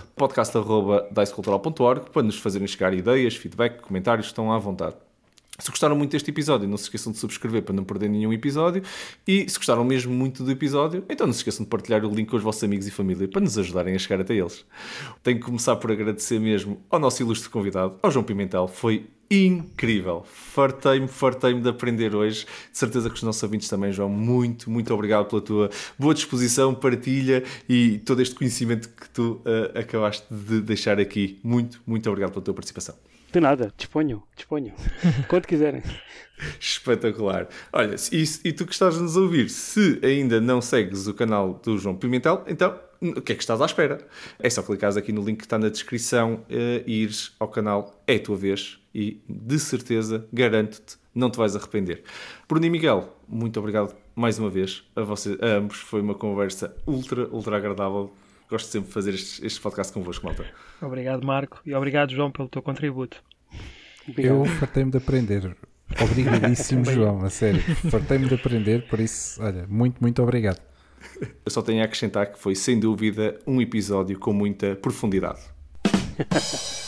podcast@dicecultural.org para nos fazerem chegar ideias, feedback, comentários, estão à vontade. Se gostaram muito deste episódio, não se esqueçam de subscrever para não perder nenhum episódio. E se gostaram mesmo muito do episódio, então não se esqueçam de partilhar o link com os vossos amigos e família para nos ajudarem a chegar até eles. Tenho que começar por agradecer mesmo ao nosso ilustre convidado, ao João Pimentel. Foi incrível. Fartei-me de aprender hoje. De certeza que os nossos ouvintes também, João. Muito, muito obrigado pela tua boa disposição, partilha e todo este conhecimento que tu acabaste de deixar aqui. Muito, muito obrigado pela tua participação. De nada, disponham. Quando quiserem. Espetacular. Olha, e tu que estás a nos ouvir, se ainda não segues o canal do João Pimentel, então o que é que estás à espera? É só clicares aqui no link que está na descrição e ires ao canal, é a tua vez e de certeza, garanto-te, não te vais arrepender. Bruno e Miguel, muito obrigado mais uma vez a ambos. Foi uma conversa ultra agradável. Gosto sempre de fazer este podcast convosco, malta. Obrigado, Marco, e obrigado, João, pelo teu contributo. Obrigado. Eu fartei-me de aprender. Obrigadíssimo, João, a sério. Fartei-me de aprender, por isso, olha, muito obrigado. Eu só tenho a acrescentar que foi, sem dúvida, um episódio com muita profundidade.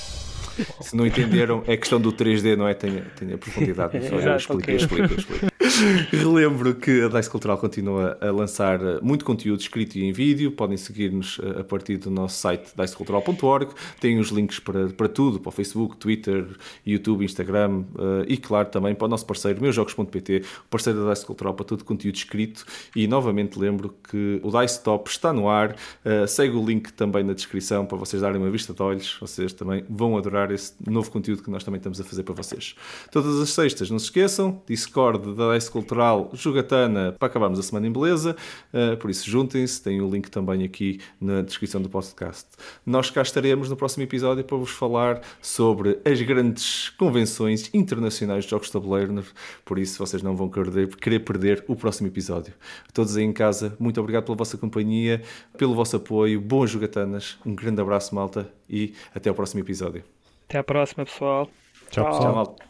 Se não entenderam, é questão do 3D, não é? Tem a profundidade. Eu explico. Relembro que a Dice Cultural continua a lançar muito conteúdo escrito e em vídeo. Podem seguir-nos a partir do nosso site dicecultural.org. Tem os links para tudo, para o Facebook, Twitter, YouTube, Instagram e, claro, também para o nosso parceiro, meusjogos.pt, o parceiro da Dice Cultural para todo o conteúdo escrito. E, novamente, lembro que o Dice Top está no ar. Segue o link também na descrição para vocês darem uma vista de olhos. Vocês também vão adorar esse novo conteúdo que nós também estamos a fazer para vocês. Todas as sextas, não se esqueçam, Discord da Dice Cultural, jogatana, para acabarmos a semana em beleza. Por isso, juntem-se, tem o link também aqui na descrição do podcast. Nós cá estaremos no próximo episódio para vos falar sobre as grandes convenções internacionais de jogos de tabuleiro. Por isso, vocês não vão querer perder o próximo episódio. Todos aí em casa, muito obrigado pela vossa companhia, pelo vosso apoio, boas jogatanas, um grande abraço, malta, e até ao próximo episódio. Até à próxima, pessoal. Tchau, pessoal. Tchau, malta.